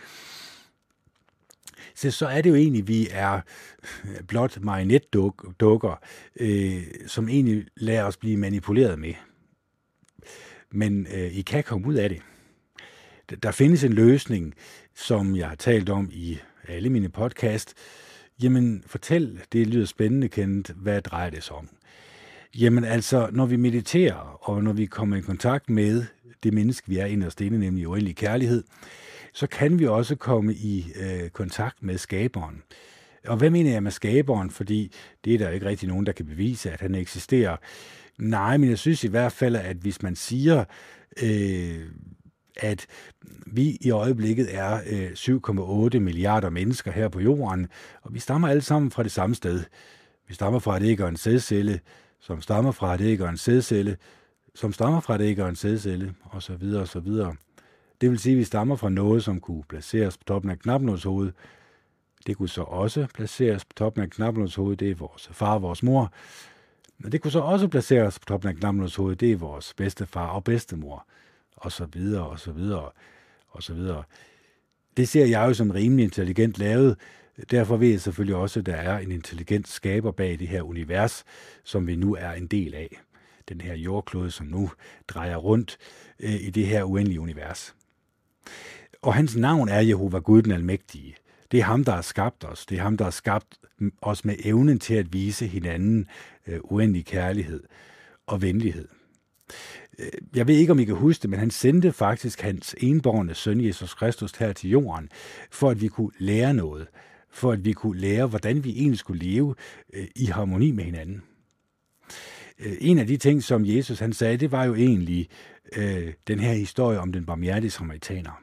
Speaker 1: Så er det jo egentlig, vi er blot marionetdukker, som egentlig lader os blive manipuleret med. Men I kan komme ud af det. Der findes en løsning, som jeg har talt om i alle mine podcast. Jamen, fortæl, det lyder spændende, Kenneth, hvad drejer det sig om? Jamen altså, når vi mediterer, og når vi kommer i kontakt med det menneske, vi er inderst inde, nemlig uendelig kærlighed, så kan vi også komme i kontakt med skaberen. Og hvad mener jeg med skaberen? Fordi det er der ikke rigtig nogen, der kan bevise, at han eksisterer. Nej, men jeg synes i hvert fald, at hvis man siger, at vi i øjeblikket er 7,8 milliarder mennesker her på jorden, og vi stammer alle sammen fra det samme sted. Vi stammer fra et æg og en sædcelle, som stammer fra et æg og en sædcelle, som stammer fra et æg og en sædcelle, osv. osv. Det vil sige, at vi stammer fra noget, som kunne placeres på toppen af knapnålshovedet. Det kunne så også placeres på toppen af knapnålshovedet, det er vores far og vores mor. Men det kunne så også placeres på toppen af knapnålshovedet, det er vores bedstefar og bedstemor, og så videre, og så videre, og så videre. Det ser jeg jo som rimelig intelligent lavet. Derfor ved jeg selvfølgelig også, at der er en intelligent skaber bag det her univers, som vi nu er en del af. Den her jordklode, som nu drejer rundt i det her uendelige univers. Og hans navn er Jehova Gud den Almægtige. Det er ham, der har skabt os. Det er ham, der har skabt os med evnen til at vise hinanden uendelig kærlighed og venlighed. Jeg ved ikke, om I kan huske det, men han sendte faktisk hans enbårne søn, Jesus Kristus, her til jorden, for at vi kunne lære noget. For at vi kunne lære, hvordan vi egentlig skulle leve i harmoni med hinanden. En af de ting, som Jesus han sagde, det var jo egentlig den her historie om den barmhjertige samaritaner.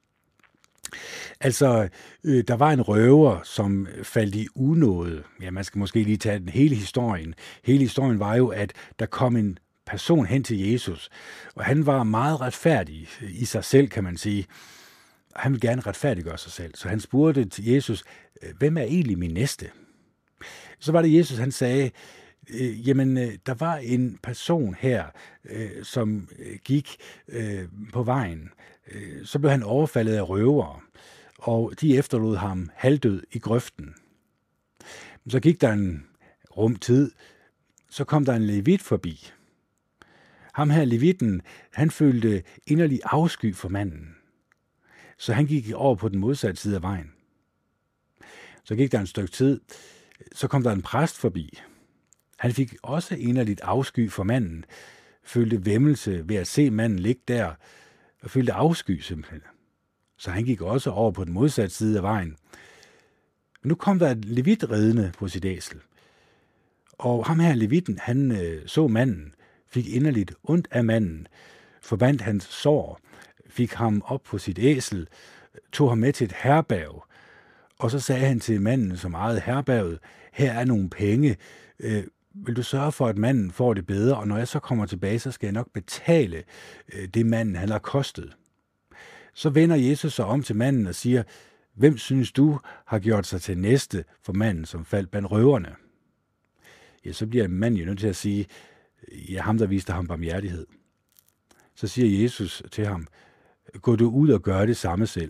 Speaker 1: Altså, der var en røver, som faldt i unåde. Ja, man skal måske lige tage den hele historien. Hele historien var jo, at der kom en person hen til Jesus, og han var meget retfærdig i sig selv, kan man sige. Han ville gerne retfærdiggøre sig selv, så han spurgte til Jesus, hvem er egentlig min næste? Så var det Jesus, han sagde, jamen, der var en person her, som gik på vejen. Så blev han overfaldet af røvere, og de efterlod ham halvdød i grøften. Så gik der en rum tid, så kom der en levit forbi. Ham her levitten, han følte inderlig afsky for manden. Så han gik over på den modsatte side af vejen. Så gik der en stykke tid, så kom der en præst forbi. Han fik også inderligt afsky for manden, følte væmmelse ved at se manden ligge der, og følte afsky simpelthen. Så han gik også over på den modsatte side af vejen. Nu kom der et levit ridende på sit æsel. Og ham her levitten, han så manden, fik inderligt ondt af manden, forbandt hans sår, fik ham op på sit æsel, tog ham med til et herberg, og så sagde han til manden, som ejede herberget, her er nogle penge, vil du sørge for, at manden får det bedre, og når jeg så kommer tilbage, så skal jeg nok betale det manden, han har kostet. Så vender Jesus sig om til manden og siger, hvem synes du har gjort sig til næste for manden, som faldt blandt røverne? Ja, så bliver manden jo nødt til at sige, ja, ham der viste ham barmhjertighed. Så siger Jesus til ham, gå du ud og gør det samme selv.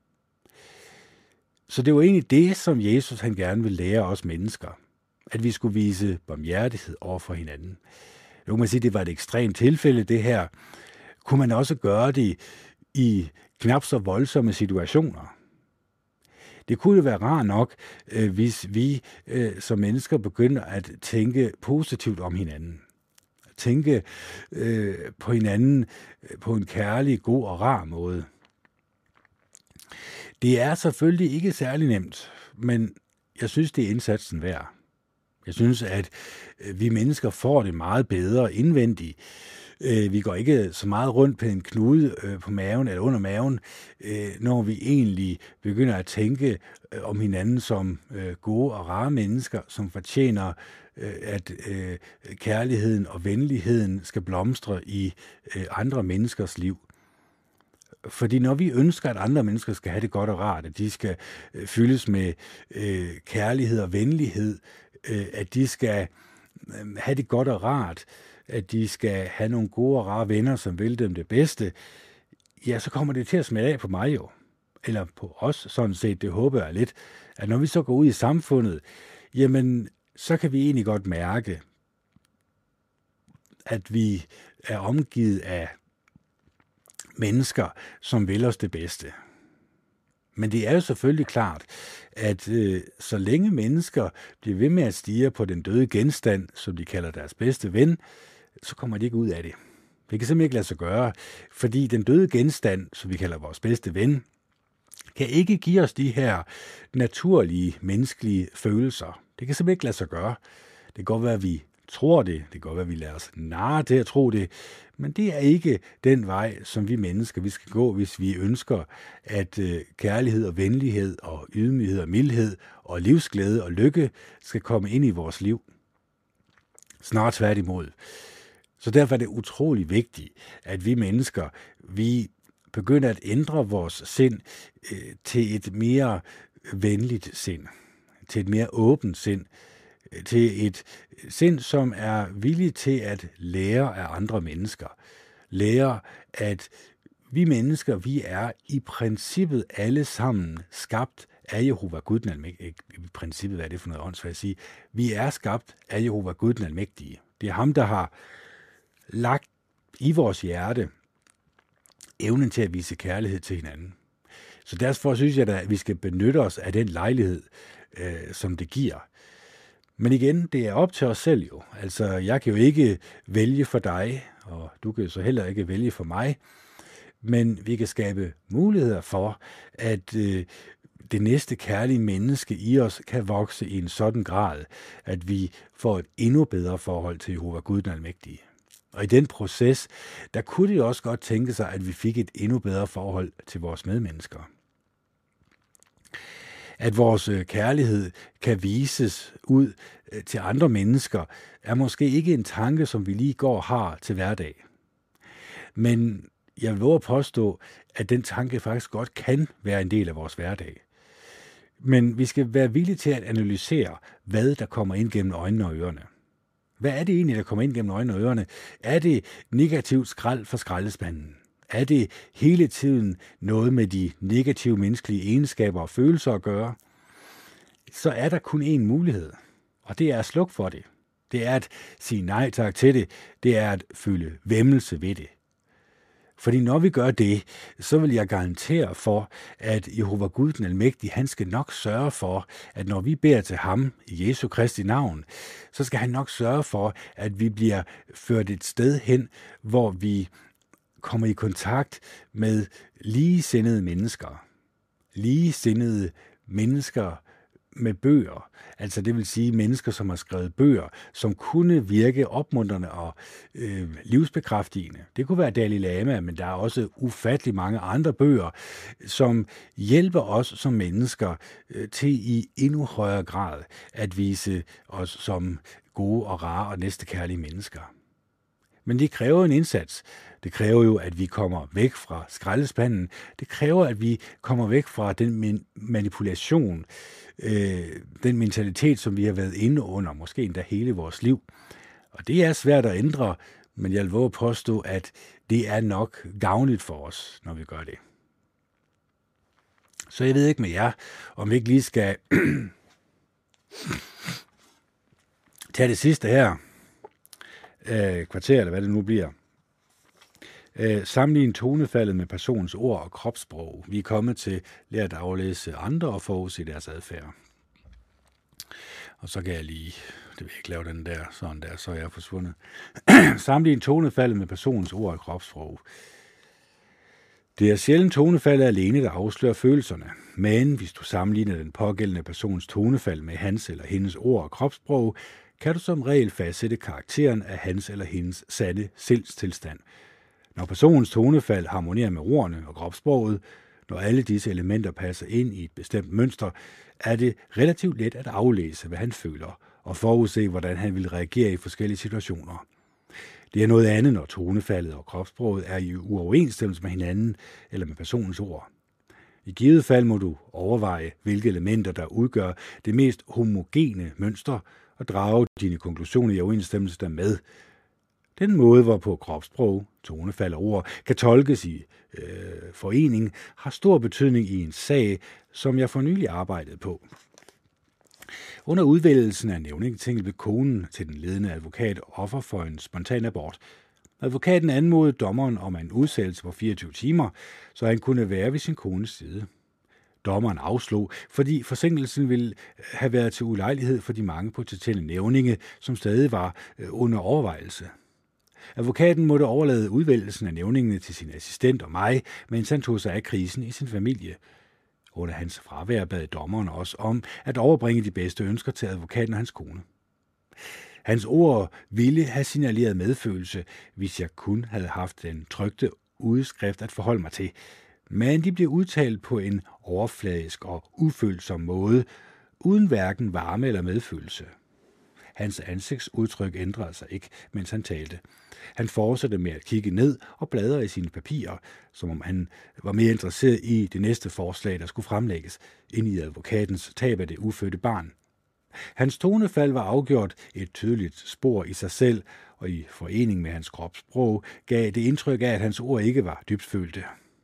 Speaker 1: Så det var egentlig det, som Jesus han gerne vil lære os mennesker. At vi skulle vise barmhjertighed over for hinanden. Nu kan man sige, at det var et ekstremt tilfælde, det her. Kunne man også gøre det i knap så voldsomme situationer? Det kunne jo være rart nok, hvis vi som mennesker begynder at tænke positivt om hinanden. Tænke på hinanden på en kærlig, god og rar måde. Det er selvfølgelig ikke særlig nemt, men jeg synes, det er indsatsen værd. Jeg synes, at vi mennesker får det meget bedre indvendigt. Vi går ikke så meget rundt på en knude på maven eller under maven, når vi egentlig begynder at tænke om hinanden som gode og rare mennesker, som fortjener, at kærligheden og venligheden skal blomstre i andre menneskers liv. Fordi når vi ønsker, at andre mennesker skal have det godt og rart, at de skal fyldes med kærlighed og venlighed, at de skal have det godt og rart, at de skal have nogle gode og rare venner, som vil dem det bedste, ja, så kommer det til at smitte af på mig jo. Eller på os, sådan set, det håber jeg lidt, at når vi så går ud i samfundet, jamen, så kan vi egentlig godt mærke, at vi er omgivet af mennesker, som vil os det bedste. Men det er jo selvfølgelig klart, at så længe mennesker bliver ved med at stirre på den døde genstand, som de kalder deres bedste ven, så kommer de ikke ud af det. Det kan simpelthen ikke lade sig gøre, fordi den døde genstand, som vi kalder vores bedste ven, kan ikke give os de her naturlige, menneskelige følelser. Det kan simpelthen ikke lade sig gøre. Det kan godt være, at vi tror det, det kan godt være, at vi lader os narre til at tro det, men det er ikke den vej, som vi mennesker vi skal gå, hvis vi ønsker, at kærlighed og venlighed og ydmyghed og mildhed og livsglæde og lykke skal komme ind i vores liv. Snart tværtimod. Så derfor er det utrolig vigtigt, at vi mennesker, vi begynder at ændre vores sind til et mere venligt sind, til et mere åbent sind, til et sind, som er villig til at lære af andre mennesker. Lære, at vi mennesker, vi er i princippet alle sammen skabt af Jehova Gud den Almægtige. I princippet, hvad er det for noget åndsvagt at sige? Vi er skabt af Jehova Gud den Almægtige. Det er ham, der har lagt i vores hjerte evnen til at vise kærlighed til hinanden. Så derfor synes jeg da, at vi skal benytte os af den lejlighed, som det giver. Men igen, det er op til os selv jo. Altså, jeg kan jo ikke vælge for dig, og du kan jo så heller ikke vælge for mig. Men vi kan skabe muligheder for, at det næste kærlige menneske i os kan vokse i en sådan grad, at vi får et endnu bedre forhold til Jehova Gud den Almægtige. Og i den proces, der kunne det også godt tænke sig, at vi fik et endnu bedre forhold til vores medmennesker. At vores kærlighed kan vises ud til andre mennesker, er måske ikke en tanke, som vi lige går og har til hverdag. Men jeg vil våge at påstå, at den tanke faktisk godt kan være en del af vores hverdag. Men vi skal være villige til at analysere, hvad der kommer ind gennem øjnene og ørerne. Hvad er det egentlig, der kommer ind gennem øjnene og ørerne? Er det negativt skrald for skraldespanden? Er det hele tiden noget med de negative menneskelige egenskaber og følelser at gøre? Så er der kun én mulighed, og det er at slukke for det. Det er at sige nej tak til det. Det er at føle væmmelse ved det. Fordi når vi gør det, så vil jeg garantere for, at Jehova Gud den Almægtige, han skal nok sørge for, at når vi beder til ham i Jesu Kristi navn, så skal han nok sørge for, at vi bliver ført et sted hen, hvor vi kommer i kontakt med ligesindede mennesker. Ligesindede mennesker med bøger, altså det vil sige mennesker, som har skrevet bøger, som kunne virke opmuntrende og livsbekræftigende. Det kunne være Dalai Lama, men der er også ufattelig mange andre bøger, som hjælper os som mennesker til i endnu højere grad at vise os som gode og rare og næstekærlige mennesker. Men det kræver en indsats. Det kræver jo, at vi kommer væk fra skraldespanden. Det kræver, at vi kommer væk fra den manipulation, den mentalitet, som vi har været inde under, måske endda hele vores liv. Og det er svært at ændre, men jeg vil våge påstå, at det er nok gavnligt for os, når vi gør det. Så jeg ved ikke med jer, om vi ikke lige skal tage det sidste her kvarter, eller hvad det nu bliver. Sammenligne tonefaldet med personens ord og kropssprog. Vi er kommet til lære at aflæse andre og forudse deres adfærd. Og så kan jeg lige, det vil jeg ikke lave den der, sådan der, så er jeg forsvundet. Sammenligne tonefaldet med personens ord og kropssprog. Det er sjældent tonefaldet alene, der afslører følelserne. Men hvis du sammenligner den pågældende persons tonefald med hans eller hendes ord og kropssprog, kan du som regel fastsætte karakteren af hans eller hendes sande sindstilstand. Når personens tonefald harmonerer med ordene og kropssproget, når alle disse elementer passer ind i et bestemt mønster, er det relativt let at aflæse, hvad han føler, og forudse, hvordan han vil reagere i forskellige situationer. Det er noget andet, når tonefaldet og kropssproget er i uoverensstemmelse med hinanden eller med personens ord. I givet fald må du overveje, hvilke elementer, der udgør det mest homogene mønster, og drage dine konklusioner i overensstemmelse dermed. Den måde, hvorpå kropssprog, tonefald og ord kan tolkes i forening, har stor betydning i en sag, som jeg for nylig arbejdede på. Under udvælgelsen af nævningetinget blev konen til den ledende advokat offer for en spontan abort. Advokaten anmodede dommeren om en udsættelse på 24 timer, så han kunne være ved sin kones side. Dommeren afslog, fordi forsinkelsen ville have været til ulejlighed for de mange potentielle nævninge, som stadig var under overvejelse. Advokaten måtte overlade udvælgelsen af nævningene til sin assistent og mig, mens han tog sig af krisen i sin familie. Under hans fravær bad dommeren også om at overbringe de bedste ønsker til advokaten og hans kone. Hans ord ville have signaleret medfølelse, hvis jeg kun havde haft den trykte udskrift at forholde mig til, men de blev udtalt på en overfladisk og ufølsom måde, uden hverken varme eller medfølelse. Hans ansigtsudtryk ændrede sig ikke, mens han talte. Han fortsatte med at kigge ned og bladre i sine papirer, som om han var mere interesseret i det næste forslag, der skulle fremlægges, end i advokatens tab af det ufødte barn. Hans tonefald var afgjort et tydeligt spor i sig selv, og i forening med hans kropssprog gav det indtryk af, at hans ord ikke var dybtfølte.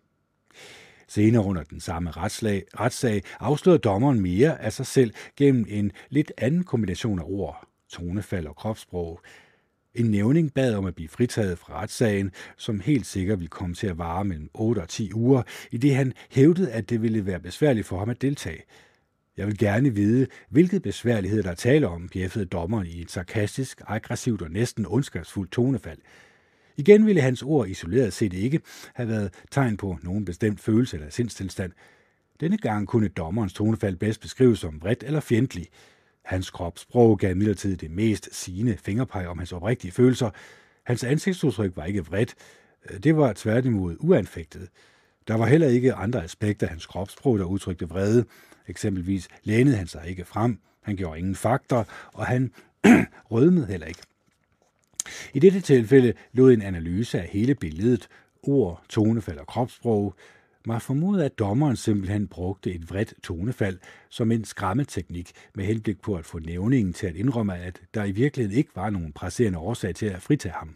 Speaker 1: Senere under den samme retssag afslørede dommeren mere af sig selv gennem en lidt anden kombination af ord, tonefald og kropssprog. En nævning bad om at blive fritaget fra retssagen, som helt sikkert ville komme til at vare mellem 8 og 10 uger, i det han hævdede, at det ville være besværligt for ham at deltage. Jeg vil gerne vide, hvilke besværligheder der er tale om, bjæffede dommeren i et sarkastisk, aggressivt og næsten ondskabsfuldt tonefald. Igen ville hans ord isoleret set ikke have været tegn på nogen bestemt følelse eller sindstilstand. Denne gang kunne dommerens tonefald bedst beskrives som vredt eller fjendtlig. Hans kropssprog gav imidlertid det mest sigende fingerpeg om hans oprigtige følelser. Hans ansigtsudtryk var ikke vredt. Det var tværtimod uanfægtet. Der var heller ikke andre aspekter af hans kropssprog, der udtrykte vrede. Eksempelvis lænede han sig ikke frem, han gjorde ingen fakter, og han rødmede heller ikke. I dette tilfælde lod en analyse af hele billedet, ord, tonefald og kropssprog, mig formode, at dommeren simpelthen brugte et vredt tonefald som en skræmmeteknik med henblik på at få nævningen til at indrømme, at der i virkeligheden ikke var nogen presserende årsag til at fritage ham.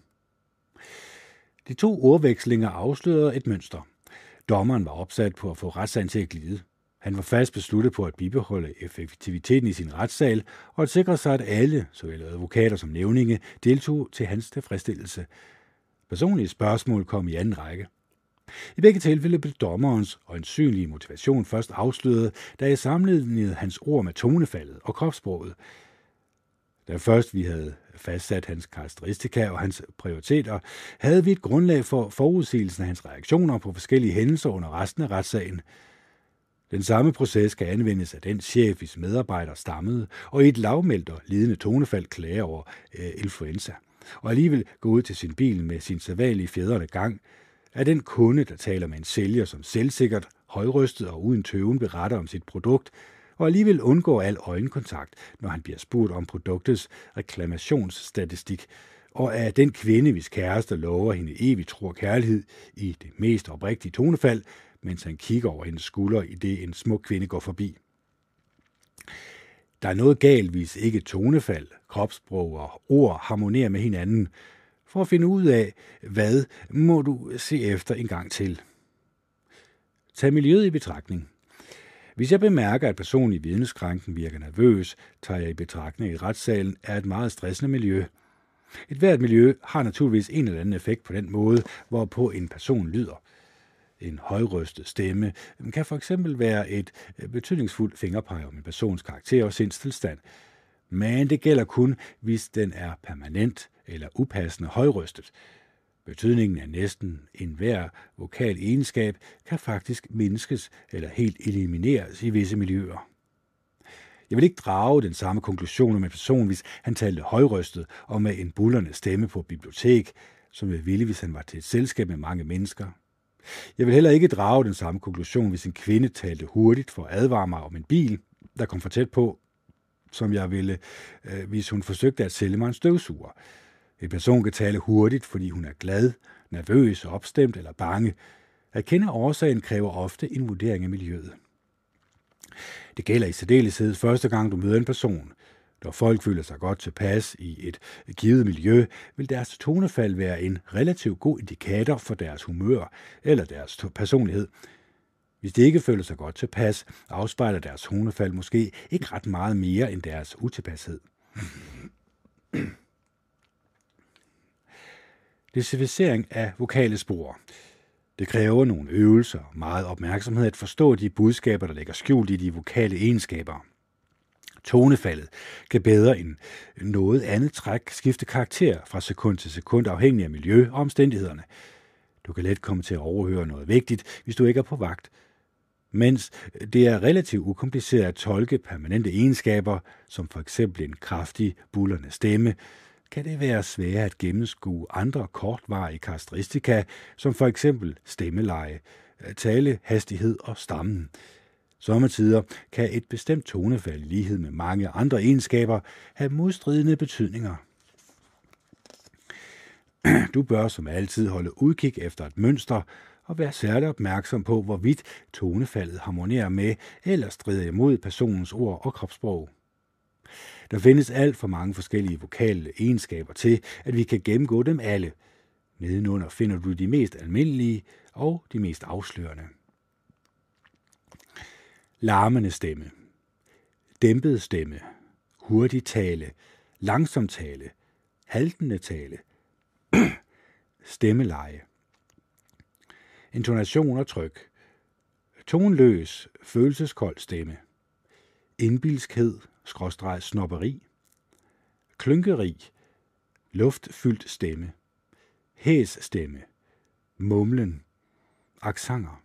Speaker 1: De to ordvekslinger afslørede et mønster. Dommeren var opsat på at få retssagen til at glide. Han var fast besluttet på at bibeholde effektiviteten i sin retssal og at sikre sig, at alle, såvel advokater som nævninge, deltog til hans tilfredsstillelse. Personlige spørgsmål kom i anden række. I begge tilfælde blev dommerens øjensynlige motivation først afsløret, da jeg sammenlignede hans ord med tonefaldet og kropssproget. Da først vi havde fastsat hans karakteristika og hans prioriteter, havde vi et grundlag for forudsigelsen af hans reaktioner på forskellige hændelser under resten af retssagen. Den samme proces kan anvendes af den chef, hvis medarbejder stammede, og i et lavmældt og lidende tonefald klager over influenza, og alligevel gå ud til sin bil med sin sædvanlige fjedrende gang, er den kunde, der taler med en sælger, som selvsikkert, højrystet og uden tøven beretter om sit produkt, og alligevel undgår al øjenkontakt, når han bliver spurgt om produktets reklamationsstatistik, og af den kvinde, hvis kæreste lover hende evig tro og kærlighed i det mest oprigtige tonefald, mens han kigger over hendes skulder, i det en smuk kvinde går forbi. Der er noget galt, hvis ikke tonefald, kropssprog og ord harmonerer med hinanden. For at finde ud af, hvad, må du se efter en gang til. Tag miljøet i betragtning. Hvis jeg bemærker, at personen i vidneskranken virker nervøs, tager jeg i betragtning, at retssalen er et meget stressende miljø. Et hvert miljø har naturligvis en eller anden effekt på den måde, hvorpå en person lyder. En højrøstet stemme kan for eksempel være et betydningsfuldt fingerpeg om en persons karakter og sindstilstand, men det gælder kun, hvis den er permanent eller upassende højrøstet. Betydningen af næsten enhver vokal egenskab kan faktisk mindskes eller helt elimineres i visse miljøer. Jeg vil ikke drage den samme konklusion om en person, hvis han talte højrøstet og med en buldrende stemme på et bibliotek, som jeg ville, hvis han var til et selskab med mange mennesker. Jeg vil heller ikke drage den samme konklusion, hvis en kvinde talte hurtigt for at advare mig om en bil, der kom for tæt på, som jeg ville, hvis hun forsøgte at sælge mig en støvsuger. En person kan tale hurtigt, fordi hun er glad, nervøs, opstemt eller bange. At kende årsagen kræver ofte en vurdering af miljøet. Det gælder i særdeleshed første gang, du møder en person. Når folk føler sig godt tilpas i et givet miljø, vil deres tonefald være en relativt god indikator for deres humør eller deres personlighed. Hvis de ikke føler sig godt tilpas, afspejler deres tonefald måske ikke ret meget mere end deres utilpashed. Decifrering af vokale spor. Det kræver nogle øvelser og meget opmærksomhed at forstå de budskaber, der ligger skjult i de vokale egenskaber. Tonefaldet kan bedre end noget andet træk skifte karakter fra sekund til sekund afhængig af miljø og omstændighederne. Du kan let komme til at overhøre noget vigtigt, hvis du ikke er på vagt. Mens det er relativt ukompliceret at tolke permanente egenskaber, som for eksempel en kraftig, buldrende stemme, kan det være sværere at gennemskue andre kortvarige karakteristika, som for eksempel stemmeleje, talehastighed og stammen. Sommetider kan et bestemt tonefald i lighed med mange andre egenskaber have modstridende betydninger. Du bør som altid holde udkig efter et mønster og være særlig opmærksom på, hvorvidt tonefaldet harmonerer med eller strider imod personens ord og kropssprog. Der findes alt for mange forskellige vokale egenskaber til, at vi kan gennemgå dem alle. Nedenunder finder du de mest almindelige og de mest afslørende. Larmende stemme, dæmpet stemme, hurtig tale, langsom tale, haltende tale, stemmeleje, intonation og tryk, tonløs, følelseskold stemme, indbilskhed, snobberi, klynkeri, luftfyldt stemme, hæs stemme, mumlen, accenter.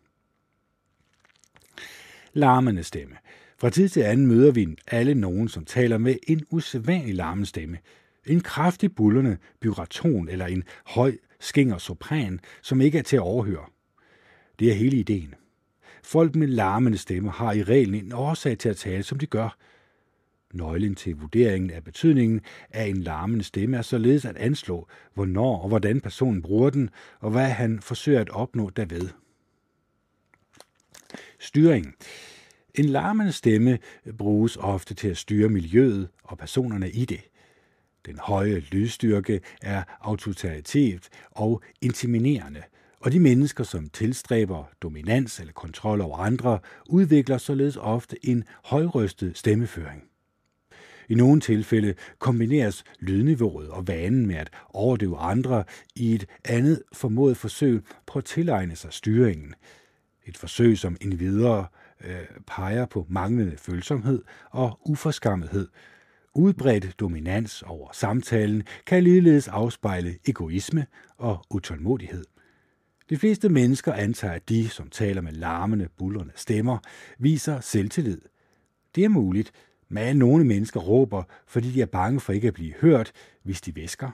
Speaker 1: Larmende stemme. Fra tid til anden møder vi alle nogen, som taler med en usædvanlig larmende stemme. En kraftig buldrende baraton eller en høj skinger sopran, som ikke er til at overhøre. Det er hele ideen. Folk med larmende stemmer har i reglen en årsag til at tale, som de gør. Nøglen til vurderingen af betydningen af en larmende stemme er således at anslå, hvornår og hvordan personen bruger den, og hvad han forsøger at opnå derved. Styring. En larmende stemme bruges ofte til at styre miljøet og personerne i det. Den høje lydstyrke er autoritativt og intimiderende, og de mennesker, som tilstræber dominans eller kontrol over andre, udvikler således ofte en højrøstet stemmeføring. I nogle tilfælde kombineres lydniveauet og vanen med at overdøve andre i et andet formodet forsøg på at tilegne sig styringen. Et forsøg, som endvidere peger på manglende følsomhed og uforskammethed. Udbredt dominans over samtalen kan ligeledes afspejle egoisme og utålmodighed. De fleste mennesker antager, at de, som taler med larmende, buldrende stemmer, viser selvtillid. Det er muligt, men nogle mennesker råber, fordi de er bange for ikke at blive hørt, hvis de hvisker.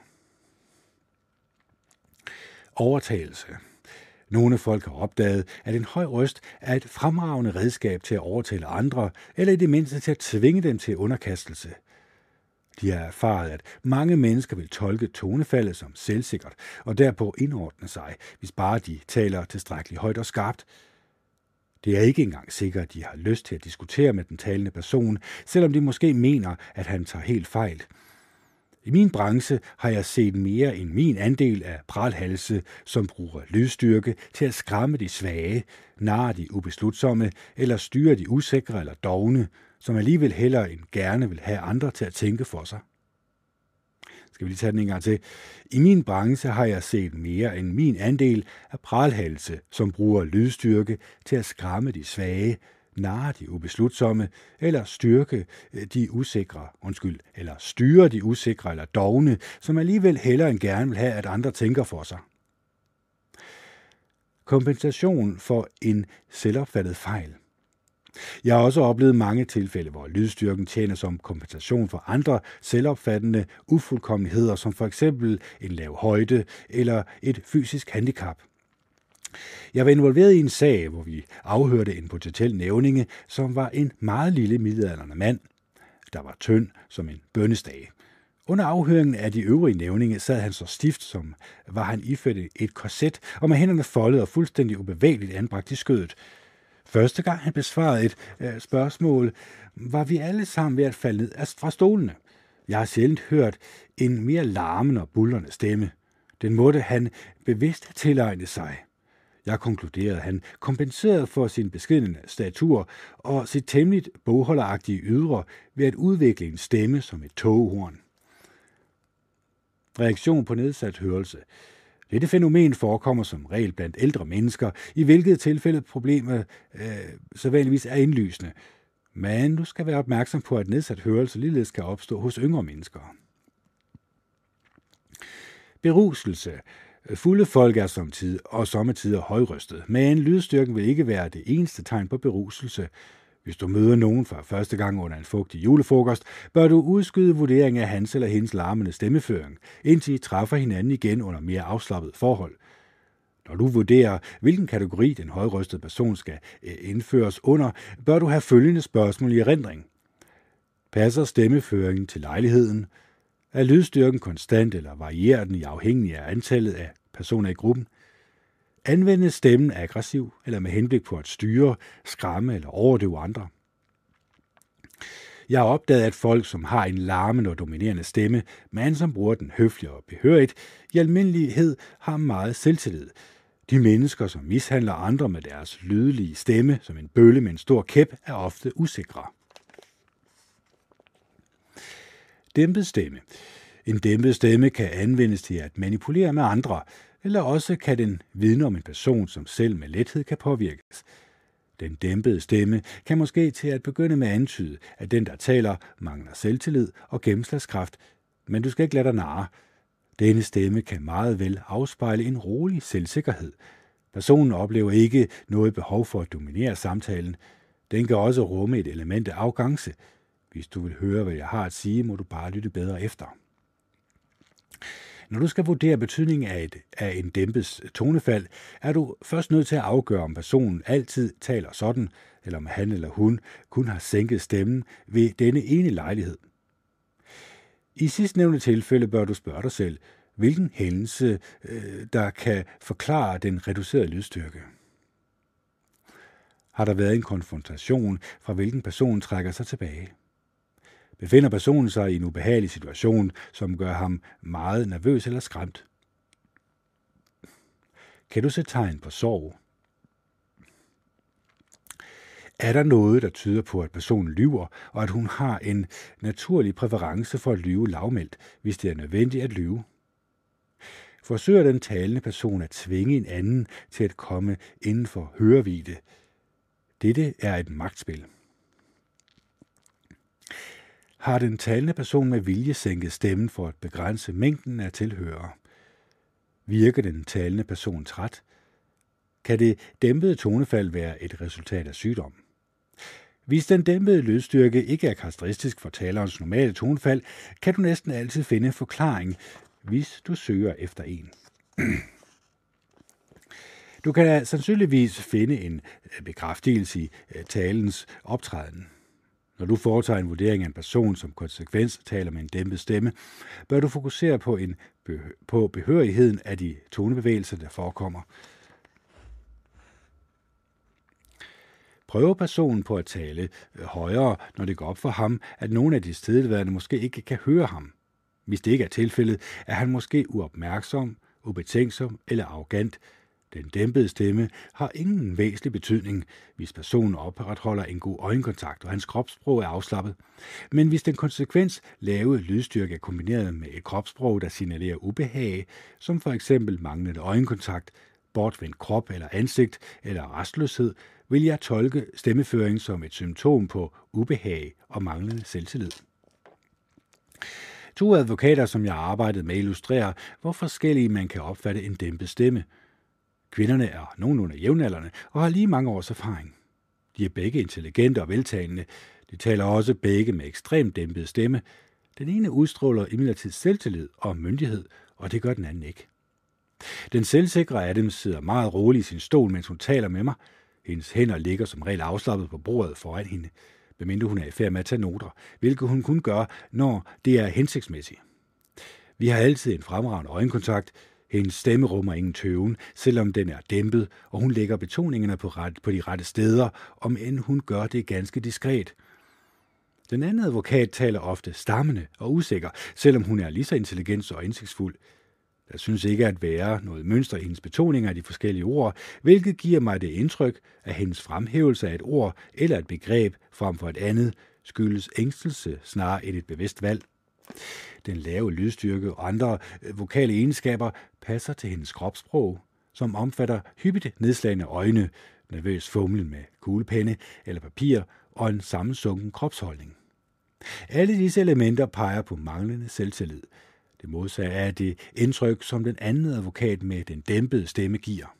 Speaker 1: Overtagelse. Nogle folk har opdaget, at en høj røst er et fremragende redskab til at overtale andre, eller i det mindste til at tvinge dem til underkastelse. De har erfaret, at mange mennesker vil tolke tonefaldet som selvsikkert, og derpå indordne sig, hvis bare de taler tilstrækkeligt højt og skarpt. Det er ikke engang sikkert, at de har lyst til at diskutere med den talende person, selvom de måske mener, at han tager helt fejl. I min branche har jeg set mere end min andel af pralhalse, som bruger lydstyrke til at skræmme de svage, narre de ubeslutsomme eller styre de usikre eller dovne, som alligevel hellere end gerne vil have andre til at tænke for sig. Skal vi lige tage den en gang til? I min branche har jeg set mere end min andel af pralhalse, som bruger lydstyrke til at skræmme de svage, narre de ubeslutsomme, eller styre de usikre eller dovne, som alligevel hellere end gerne vil have, at andre tænker for sig. Kompensation for en selvopfattet fejl. Jeg har også oplevet mange tilfælde, hvor lydstyrken tjener som kompensation for andre selvopfattende ufuldkommenheder, som for eksempel en lav højde eller et fysisk handicap. Jeg var involveret i en sag, hvor vi afhørte en potentiel nævninge, som var en meget lille middelaldrende mand, der var tynd som en bønnestage. Under afhøringen af de øvrige nævninge sad han så stift, som var han iført et korset, og med hænderne foldet og fuldstændig ubevægeligt anbragt i skødet. Første gang han besvarede et spørgsmål, var vi alle sammen ved at falde ned fra stolene. Jeg har sjældent hørt en mere larmende og buldrende stemme. Den måtte han bevidst have tilegnet sig. Jeg konkluderede, at han kompenserede for sin beskedne statur og sit temmelig bogholderagtige ydre ved at udvikle en stemme som et tågehorn. Reaktion på nedsat hørelse. Dette fænomen forekommer som regel blandt ældre mennesker, i hvilket tilfælde problemet sædvanligvis er indlysende. Men du skal være opmærksom på, at nedsat hørelse ligeledes kan opstå hos yngre mennesker. Beruselse. Fulde folk er sommetider højrøstet, men lydstyrken vil ikke være det eneste tegn på beruselse. Hvis du møder nogen for første gang under en fugtig julefrokost, bør du udskyde vurdering af hans eller hendes larmende stemmeføring, indtil I træffer hinanden igen under mere afslappet forhold. Når du vurderer, hvilken kategori den højrøstede person skal indføres under, bør du have følgende spørgsmål i erindring. Passer stemmeføringen til lejligheden? Er lydstyrken konstant eller varierer den i afhængig af antallet af personer i gruppen? Anvendes stemmen aggressiv eller med henblik på at styre, skræmme eller overdøve andre? Jeg har opdaget, at folk, som har en larmende og dominerende stemme, men som bruger den høfligt og behørigt, i almindelighed har meget selvtillid. De mennesker, som mishandler andre med deres lydlige stemme, som en bølle med en stor kæp, er ofte usikre. Dæmpet stemme. En dæmpet stemme kan anvendes til at manipulere med andre, eller også kan den vidne om en person, som selv med lethed kan påvirkes. Den dæmpede stemme kan måske til at begynde med at antyde, at den, der taler, mangler selvtillid og gennemslagskraft, men du skal ikke lade dig narre. Denne stemme kan meget vel afspejle en rolig selvsikkerhed. Personen oplever ikke noget behov for at dominere samtalen. Den kan også rumme et element af arrogance. Hvis du vil høre, hvad jeg har at sige, må du bare lytte bedre efter. Når du skal vurdere betydningen af en dæmpet tonefald, er du først nødt til at afgøre, om personen altid taler sådan, eller om han eller hun kun har sænket stemmen ved denne ene lejlighed. I sidstnævnte tilfælde bør du spørge dig selv, hvilken hændelse, der kan forklare den reducerede lydstyrke. Har der været en konfrontation, fra hvilken personen trækker sig tilbage? Befinder personen sig i en ubehagelig situation, som gør ham meget nervøs eller skræmt? Kan du se tegn på sorg? Er der noget, der tyder på, at personen lyver, og at hun har en naturlig præference for at lyve lavmældt, hvis det er nødvendigt at lyve? Forsøger den talende person at tvinge en anden til at komme inden for hørevide? Dette er et magtspil. Har den talende person med vilje sænket stemmen for at begrænse mængden af tilhørere? Virker den talende person træt? kan det dæmpede tonefald være et resultat af sygdom. Hvis den dæmpede lydstyrke ikke er karakteristisk for talerens normale tonefald, kan du næsten altid finde en forklaring, hvis du søger efter en. Du kan sandsynligvis finde en bekræftelse i talens optræden. Når du foretager en vurdering af en person, som konsekvens taler med en dæmpet stemme, bør du fokusere på behørigheden af de tonebevægelser, der forekommer. Prøver personen på at tale højere, når det går op for ham, at nogle af de tilstedeværende måske ikke kan høre ham. Hvis det ikke er tilfældet, er han måske uopmærksom, ubetænksom eller arrogant. Den dæmpede stemme har ingen væsentlig betydning, hvis personen opretholder en god øjenkontakt, og hans kropssprog er afslappet. Men hvis den konsekvens lave lydstyrke er kombineret med et kropssprog, der signalerer ubehag, som for eksempel manglende øjenkontakt, bortvendt krop eller ansigt eller restløshed, vil jeg tolke stemmeføring som et symptom på ubehag og manglende selvtillid. 2 advokater, som jeg har arbejdet med, illustrerer, hvor forskellige man kan opfatte en dæmpet stemme. Kvinderne er nogenlunde jævnaldrende og har lige mange års erfaring. De er begge intelligente og veltalende. De taler også begge med ekstremt dæmpet stemme. Den ene udstråler imidlertid selvtillid og myndighed, og det gør den anden ikke. Den selvsikre af dem sidder meget rolig i sin stol, mens hun taler med mig. Hendes hænder ligger som regel afslappet på bordet foran hende, medmindre hun er i færd med at tage noter, hvilket hun kun gør, når det er hensigtsmæssigt. Vi har altid en fremragende øjenkontakt. Hendes stemme rummer ingen tøven, selvom den er dæmpet, og hun lægger betoningerne på de rette steder, om end hun gør det ganske diskret. Den anden advokat taler ofte stammende og usikker, selvom hun er lige så intelligent og indsigtsfuld. Der synes ikke at være noget mønster i hendes betoninger af de forskellige ord, hvilket giver mig det indtryk, at hendes fremhævelse af et ord eller et begreb frem for et andet skyldes ængstelse snarere end et bevidst valg. Den lave lydstyrke og andre vokale egenskaber passer til hendes kropssprog, som omfatter hyppigt nedslagne øjne, nervøs fumlen med kuglepenne eller papir og en sammensunken kropsholdning. Alle disse elementer peger på manglende selvtillid. Det modsatte er det indtryk, som den anden advokat med den dæmpede stemme giver.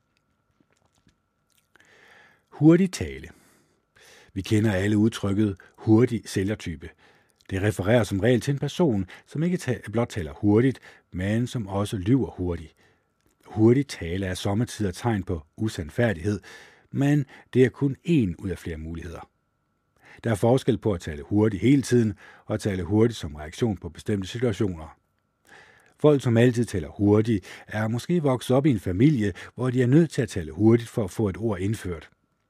Speaker 1: Hurtig tale. Vi kender alle udtrykket hurtig sælgertype. Det refererer som regel til en person, som ikke blot taler hurtigt, men som også lyver hurtigt. Hurtig tale er sommetider tegn på usandfærdighed, men det er kun én ud af flere muligheder. Der er forskel på at tale hurtigt hele tiden og at tale hurtigt som reaktion på bestemte situationer. Folk, som altid taler hurtigt, er måske vokset op i en familie, hvor de er nødt til at tale hurtigt for at få et ord indført.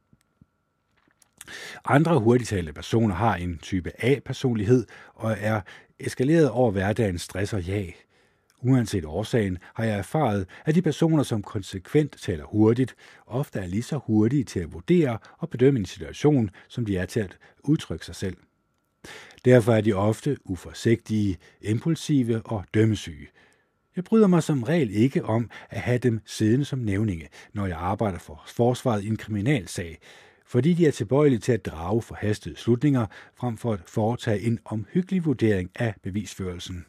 Speaker 1: Andre hurtigtalende personer har en type A-personlighed og er eskaleret over hverdagens stress og jag. Uanset årsagen har jeg erfaret, at de personer, som konsekvent taler hurtigt, ofte er lige så hurtige til at vurdere og bedømme en situation, som de er til at udtrykke sig selv. Derfor er de ofte uforsigtige, impulsive og dømmesyge. Jeg bryder mig som regel ikke om at have dem siddende som nævninge, når jeg arbejder for forsvaret i en kriminalsag, fordi de er tilbøjelige til at drage forhastede slutninger, frem for at foretage en omhyggelig vurdering af bevisførelsen.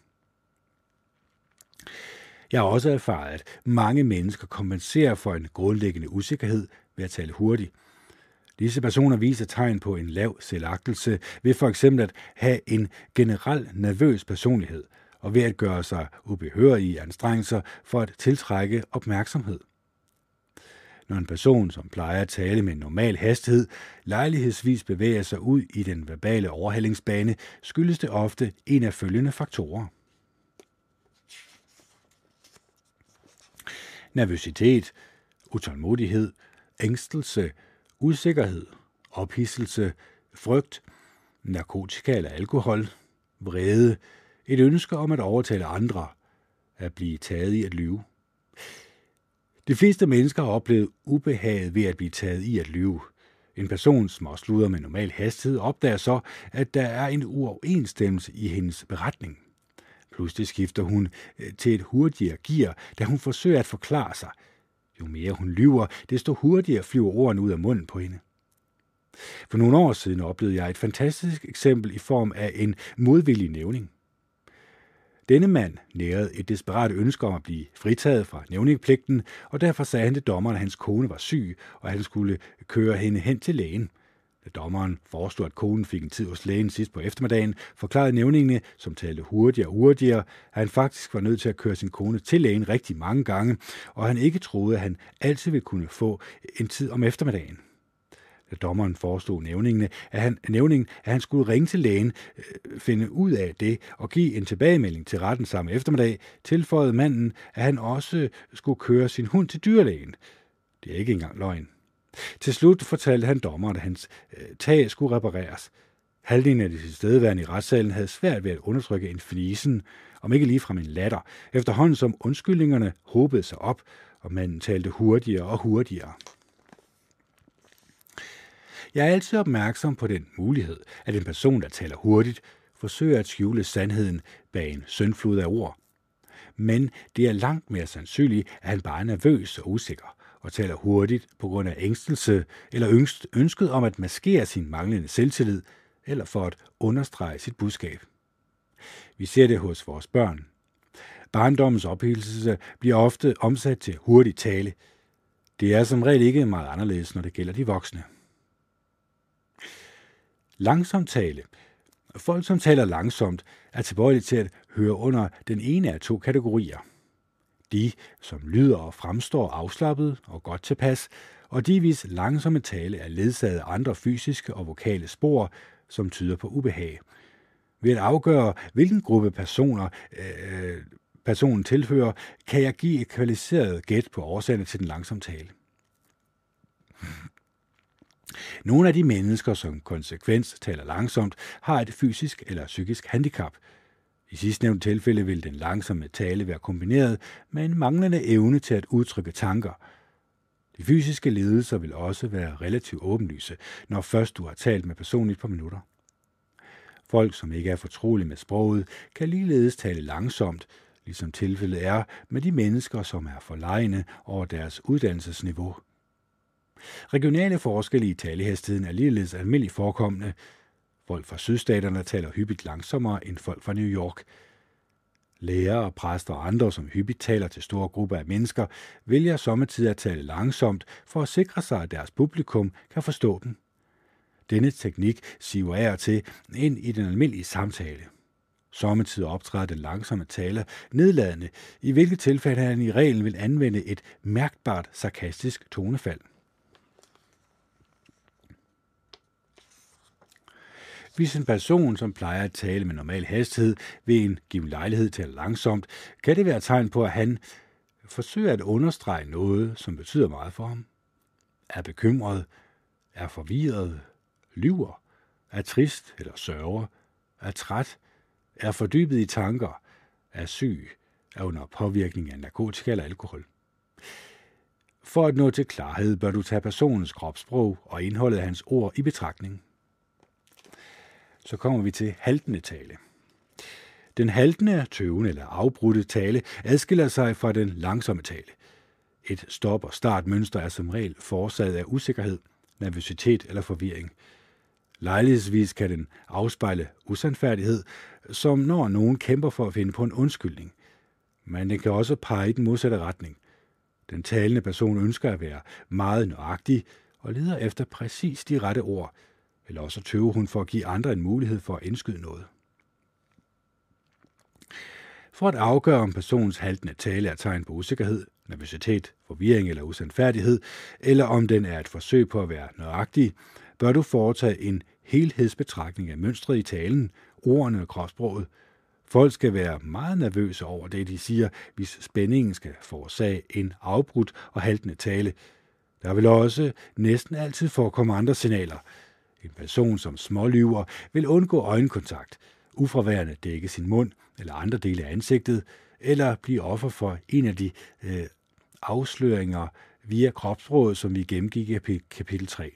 Speaker 1: Jeg har også erfaret, at mange mennesker kompenserer for en grundlæggende usikkerhed ved at tale hurtigt. Disse personer viser tegn på en lav selvagtelse ved for eksempel at have en generel nervøs personlighed og ved at gøre sig ubehørige anstrengelser for at tiltrække opmærksomhed. Når en person, som plejer at tale med en normal hastighed, lejlighedsvis bevæger sig ud i den verbale overhalingsbane, skyldes det ofte en af følgende faktorer. Nervøsitet, utålmodighed, ængstelse, usikkerhed, ophidselse, frygt, narkotika eller alkohol, vrede, et ønske om at overtale andre, at blive taget i at lyve. De fleste mennesker har oplevet ubehaget ved at blive taget i at lyve. En person, som også sluder med normal hastighed, opdager så, at der er en uoverensstemmelse i hendes beretning. Pludselig skifter hun til et hurtigere gear, da hun forsøger at forklare sig. Jo mere hun lyver, desto hurtigere flyver ordene ud af munden på hende. For nogle år siden oplevede jeg et fantastisk eksempel i form af en modvillig nævning. Denne mand nærede et desperat ønske om at blive fritaget fra nævningepligten, og derfor sagde han til dommeren, at hans kone var syg, og at han skulle køre hende hen til lægen. Da dommeren foreslog, at konen fik en tid hos lægen sidst på eftermiddagen, forklarede nævningene, som talte hurtigere og hurtigere, at han faktisk var nødt til at køre sin kone til lægen rigtig mange gange, og han ikke troede, at han altid ville kunne få en tid om eftermiddagen. Da dommeren foreslog nævningene, at han skulle ringe til lægen, finde ud af det og give en tilbagemelding til retten samme eftermiddag, tilføjede manden, at han også skulle køre sin hund til dyrlægen. Det er ikke engang løgn. Til slut fortalte han dommeren, at hans tag skulle repareres. Halvdelen af de tilstedeværende i retssalen havde svært ved at undertrykke en fnisen, om ikke ligefrem en latter, efterhånden som undskyldningerne hobede sig op, og manden talte hurtigere og hurtigere. Jeg er altid opmærksom på den mulighed, at en person, der taler hurtigt, forsøger at skjule sandheden bag en syndflod af ord. Men det er langt mere sandsynligt, at han bare er nervøs og usikker, og taler hurtigt på grund af ængstelse eller ønsket om at maskere sin manglende selvtillid, eller for at understrege sit budskab. Vi ser det hos vores børn. Barndommens ophidselse bliver ofte omsat til hurtig tale. Det er som regel ikke meget anderledes, når det gælder de voksne. Langsom tale. Folk, som taler langsomt, er tilbøjelige til at høre under den ene af to kategorier. De, som lyder og fremstår afslappet og godt tilpas, og de, hvis langsomme tale er ledsaget af andre fysiske og vokale spor, som tyder på ubehag. Ved at afgøre, hvilken gruppe personen tilhører, kan jeg give et kvalificeret gæt på årsagerne til den langsomme tale. Nogle af de mennesker, som konsekvens taler langsomt, har et fysisk eller psykisk handicap. I sidstnævnte tilfælde vil den langsomme tale være kombineret med en manglende evne til at udtrykke tanker. De fysiske lidelser vil også være relativt åbenlyse, når først du har talt med personen i et par minutter. Folk, som ikke er fortrolige med sproget, kan ligeledes tale langsomt, ligesom tilfældet er med de mennesker, som er forlegne over deres uddannelsesniveau. Regionale forskelle i talehastigheden er ligeledes almindeligt forekommende. Folk fra sydstaterne taler hyppigt langsommere end folk fra New York. Lærere, præster og andre, som hyppigt taler til store grupper af mennesker, vælger sommetider at tale langsomt for at sikre sig, at deres publikum kan forstå den. Denne teknik siver af og til ind i den almindelige samtale. Sommetider optræder den langsomme taler nedladende, i hvilket tilfælde han i reglen vil anvende et mærkbart sarkastisk tonefald. Hvis en person, som plejer at tale med normal hastighed, ved en given lejlighed taler langsomt, kan det være et tegn på, at han forsøger at understrege noget, som betyder meget for ham. Er bekymret, er forvirret, lyver, er trist eller sørger, er træt, er fordybet i tanker, er syg, er under påvirkning af narkotika eller alkohol. For at nå til klarhed, bør du tage personens kropssprog og indholdet af hans ord i betragtning. Så kommer vi til haltende tale. Den haltende, tøvende eller afbrudte tale adskiller sig fra den langsomme tale. Et stop- og startmønster er som regel forårsaget af usikkerhed, nervøsitet eller forvirring. Lejlighedsvis kan den afspejle usandfærdighed, som når nogen kæmper for at finde på en undskyldning. Men den kan også pege i den modsatte retning. Den talende person ønsker at være meget nøjagtig og leder efter præcis de rette ord, eller også tøver hun for at give andre en mulighed for at indskyde noget. For at afgøre, om personens haltende tale er tegn på usikkerhed, nervøsitet, forvirring eller usandfærdighed, eller om den er et forsøg på at være nøjagtig, bør du foretage en helhedsbetragtning af mønstret i talen, ordene og kropssproget. Folk skal være meget nervøse over det, de siger, hvis spændingen skal forårsage en afbrudt og haltende tale. Der vil også næsten altid forekomme andre signaler. En person, som smålyver, vil undgå øjenkontakt, ufraværende dække sin mund eller andre dele af ansigtet, eller blive offer for en af de afsløringer via kropssproget, som vi gennemgik i kapitel 3.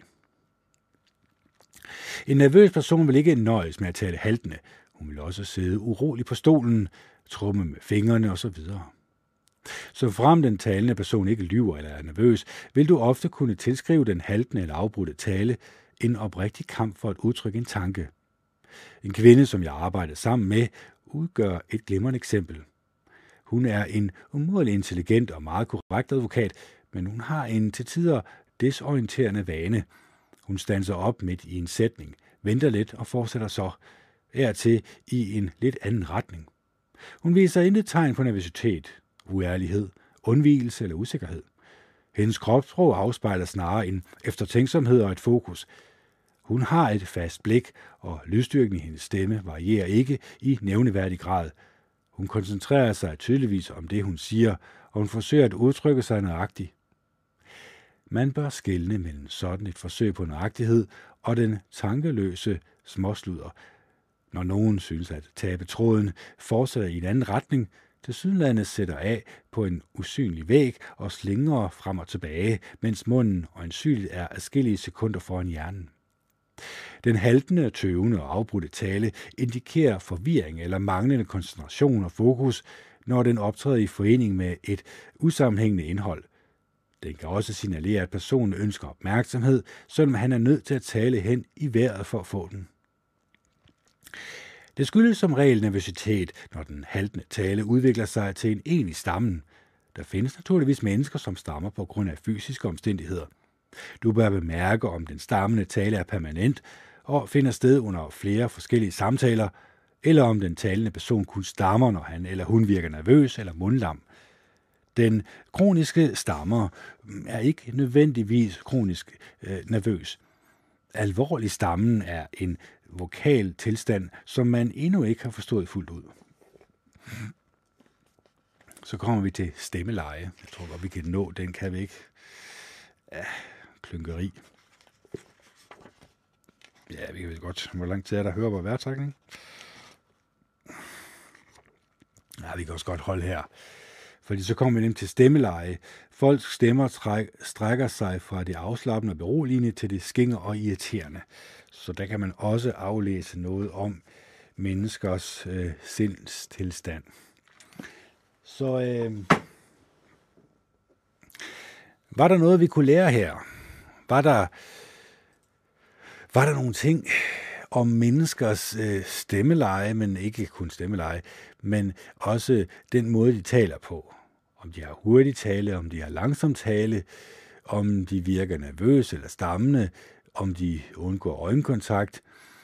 Speaker 1: En nervøs person vil ikke nøjes med at tale haltende. Hun vil også sidde urolig på stolen, trumme med fingrene osv. Så frem den talende person ikke lyver eller er nervøs, vil du ofte kunne tilskrive den haltende eller afbrudte tale en oprigtig kamp for at udtrykke en tanke. En kvinde, som jeg arbejdede sammen med, udgør et glimrende eksempel. Hun er en umådelig intelligent og meget korrekt advokat, men hun har en til tider desorienterende vane. Hun standser op midt i en sætning, venter lidt og fortsætter så til i en lidt anden retning. Hun viser intet tegn på nervøsitet, uærlighed, undvigelse eller usikkerhed. Hendes kropssprog afspejler snarere en eftertænksomhed og et fokus. Hun har et fast blik, og lydstyrken i hendes stemme varierer ikke i nævneværdig grad. Hun koncentrerer sig tydeligvis om det, hun siger, og hun forsøger at udtrykke sig nøjagtigt. Man bør skelne mellem sådan et forsøg på nøjagtighed og den tankeløse småsludder. Når nogen synes at tabe tråden, fortsætter i en anden retning, tilsyneladende sætter af på en usynlig væg og slingrer frem og tilbage, mens munden øjensynligt er adskillige sekunder foran hjernen. Den haltende, tøvende og afbrudte tale indikerer forvirring eller manglende koncentration og fokus, når den optræder i forening med et usammenhængende indhold. Den kan også signalere, at personen ønsker opmærksomhed, selvom han er nødt til at tale hen i vejret for at få den. Det skyldes som regel nervøsitet, når den haltende tale udvikler sig til en egentlig stammen. Der findes naturligvis mennesker, som stammer på grund af fysiske omstændigheder. Du bør bemærke, om den stammende tale er permanent og finder sted under flere forskellige samtaler, eller om den talende person kun stammer, når han eller hun virker nervøs eller mundlam. Den kroniske stammer er ikke nødvendigvis kronisk nervøs. Alvorlig stammen er en vokal tilstand, som man endnu ikke har forstået fuldt ud. Så kommer vi til stemmeleje. Jeg tror godt, vi kan nå. Den kan vi ikke. Klynkeri. Ja, vi kan vel godt. Hvor lang tid er der høre på vejrtrækning? Ja, vi kan også godt holde her. Fordi så kommer vi nemlig til stemmeleje. Folks stemmer strækker sig fra det afslappende og beroligende til det skinger og irriterende. Så der kan man også aflæse noget om menneskers sindstilstand. Så var der noget, vi kunne lære her? Var der nogle ting om menneskers stemmeleje, men ikke kun stemmeleje, men også den måde, de taler på? Om de har hurtig tale, om de har langsom tale, om de virker nervøse eller stammende, om de undgår øjenkontakt.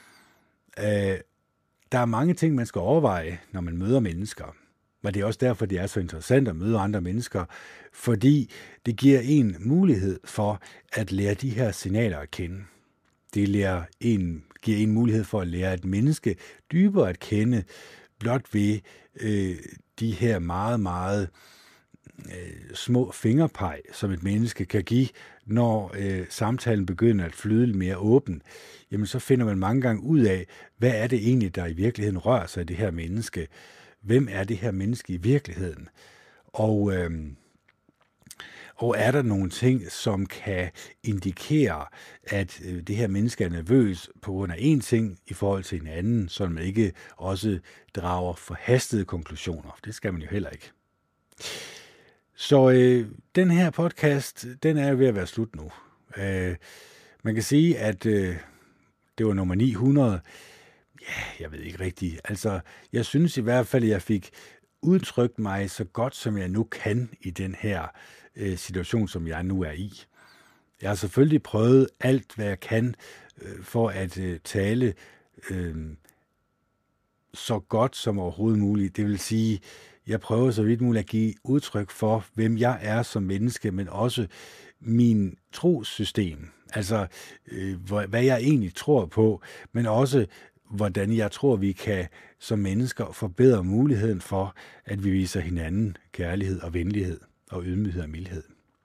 Speaker 1: Der er mange ting, man skal overveje, når man møder mennesker. Og det er også derfor, det er så interessant at møde andre mennesker, fordi det giver en mulighed for at lære de her signaler at kende. Det giver en mulighed for at lære et menneske dybere at kende, blot ved de her meget, meget små fingerpeg, som et menneske kan give, når samtalen begynder at flyde mere åben. Jamen så finder man mange gange ud af, hvad er det egentlig, der i virkeligheden rører sig i det her menneske? Hvem er det her menneske i virkeligheden? Og er der nogle ting, som kan indikere, at det her menneske er nervøs på grund af en ting i forhold til en anden, så man ikke også drager forhastede konklusioner. Det skal man jo heller ikke. Så den her podcast, den er ved at være slut nu. Man kan sige, at det var nummer 900. Ja, jeg ved ikke rigtigt. Altså, jeg synes i hvert fald, at jeg fik udtrykt mig så godt, som jeg nu kan i den her situation, som jeg nu er i. Jeg har selvfølgelig prøvet alt, hvad jeg kan for at tale så godt som overhovedet muligt. Det vil sige, jeg prøver så vidt muligt at give udtryk for, hvem jeg er som menneske, men også min trossystem. Altså, hvad jeg egentlig tror på, men også hvordan jeg tror, vi kan som mennesker forbedre muligheden for, at vi viser hinanden kærlighed og venlighed og ydmyghed og mildhed.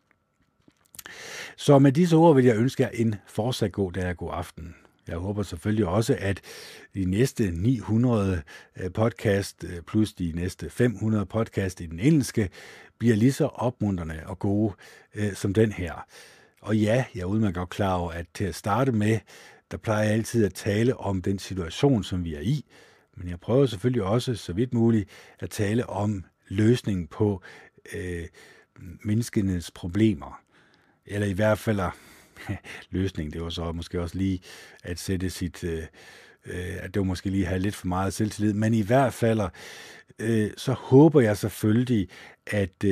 Speaker 1: Så med disse ord vil jeg ønske jer en fortsat god dag og god aften. Jeg håber selvfølgelig også, at de næste 900 podcast plus de næste 500 podcast i den engelske bliver lige så opmuntrende og gode som den her. Og ja, jeg er udmærket godt klar over, at til at starte med, der plejer jeg altid at tale om den situation, som vi er i. Men jeg prøver selvfølgelig også, så vidt muligt, at tale om løsningen på menneskenes problemer. Eller i hvert fald løsningen, det var så måske også lige at sætte sit at det var måske lige have lidt for meget selvtillid, men i hvert fald, så håber jeg selvfølgelig, at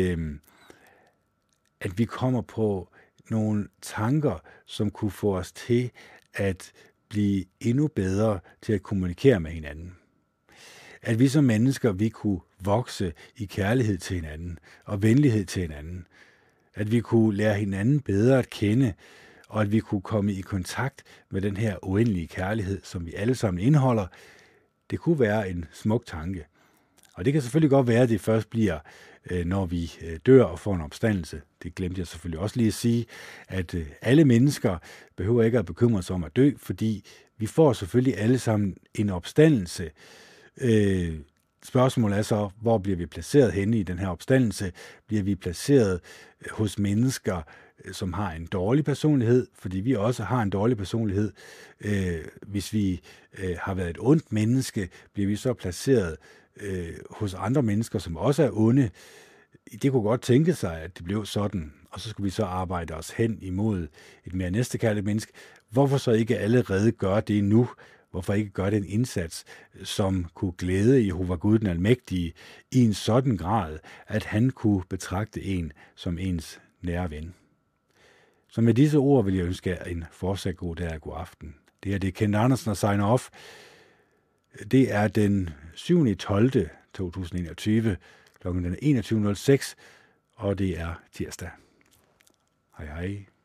Speaker 1: vi kommer på nogle tanker, som kunne få os til at blive endnu bedre til at kommunikere med hinanden. At vi som mennesker, vi kunne vokse i kærlighed til hinanden og venlighed til hinanden. At vi kunne lære hinanden bedre at kende, og at vi kunne komme i kontakt med den her uendelige kærlighed, som vi alle sammen indeholder. Det kunne være en smuk tanke. Og det kan selvfølgelig godt være, at det først bliver, når vi dør og får en opstandelse. Det glemte jeg selvfølgelig også lige at sige, at alle mennesker behøver ikke at bekymre sig om at dø, fordi vi får selvfølgelig alle sammen en opstandelse. Spørgsmålet er så, hvor bliver vi placeret henne i den her opstandelse? Bliver vi placeret hos mennesker, som har en dårlig personlighed, fordi vi også har en dårlig personlighed. Hvis vi har været et ondt menneske, bliver vi så placeret hos andre mennesker, som også er onde. Det kunne godt tænke sig, at det blev sådan, og så skulle vi så arbejde os hen imod et mere næstekærligt menneske. Hvorfor så ikke allerede gøre det nu? Hvorfor ikke gøre den indsats, som kunne glæde Jehova Gud den Almægtige i en sådan grad, at han kunne betragte en som ens nære ven? Så med disse ord vil jeg ønske jer en fortsat god dag og god aften. Det er Kent Andersen og signer off. Det er den 7.12.2021, kl. 21.06, og det er tirsdag. Hej hej.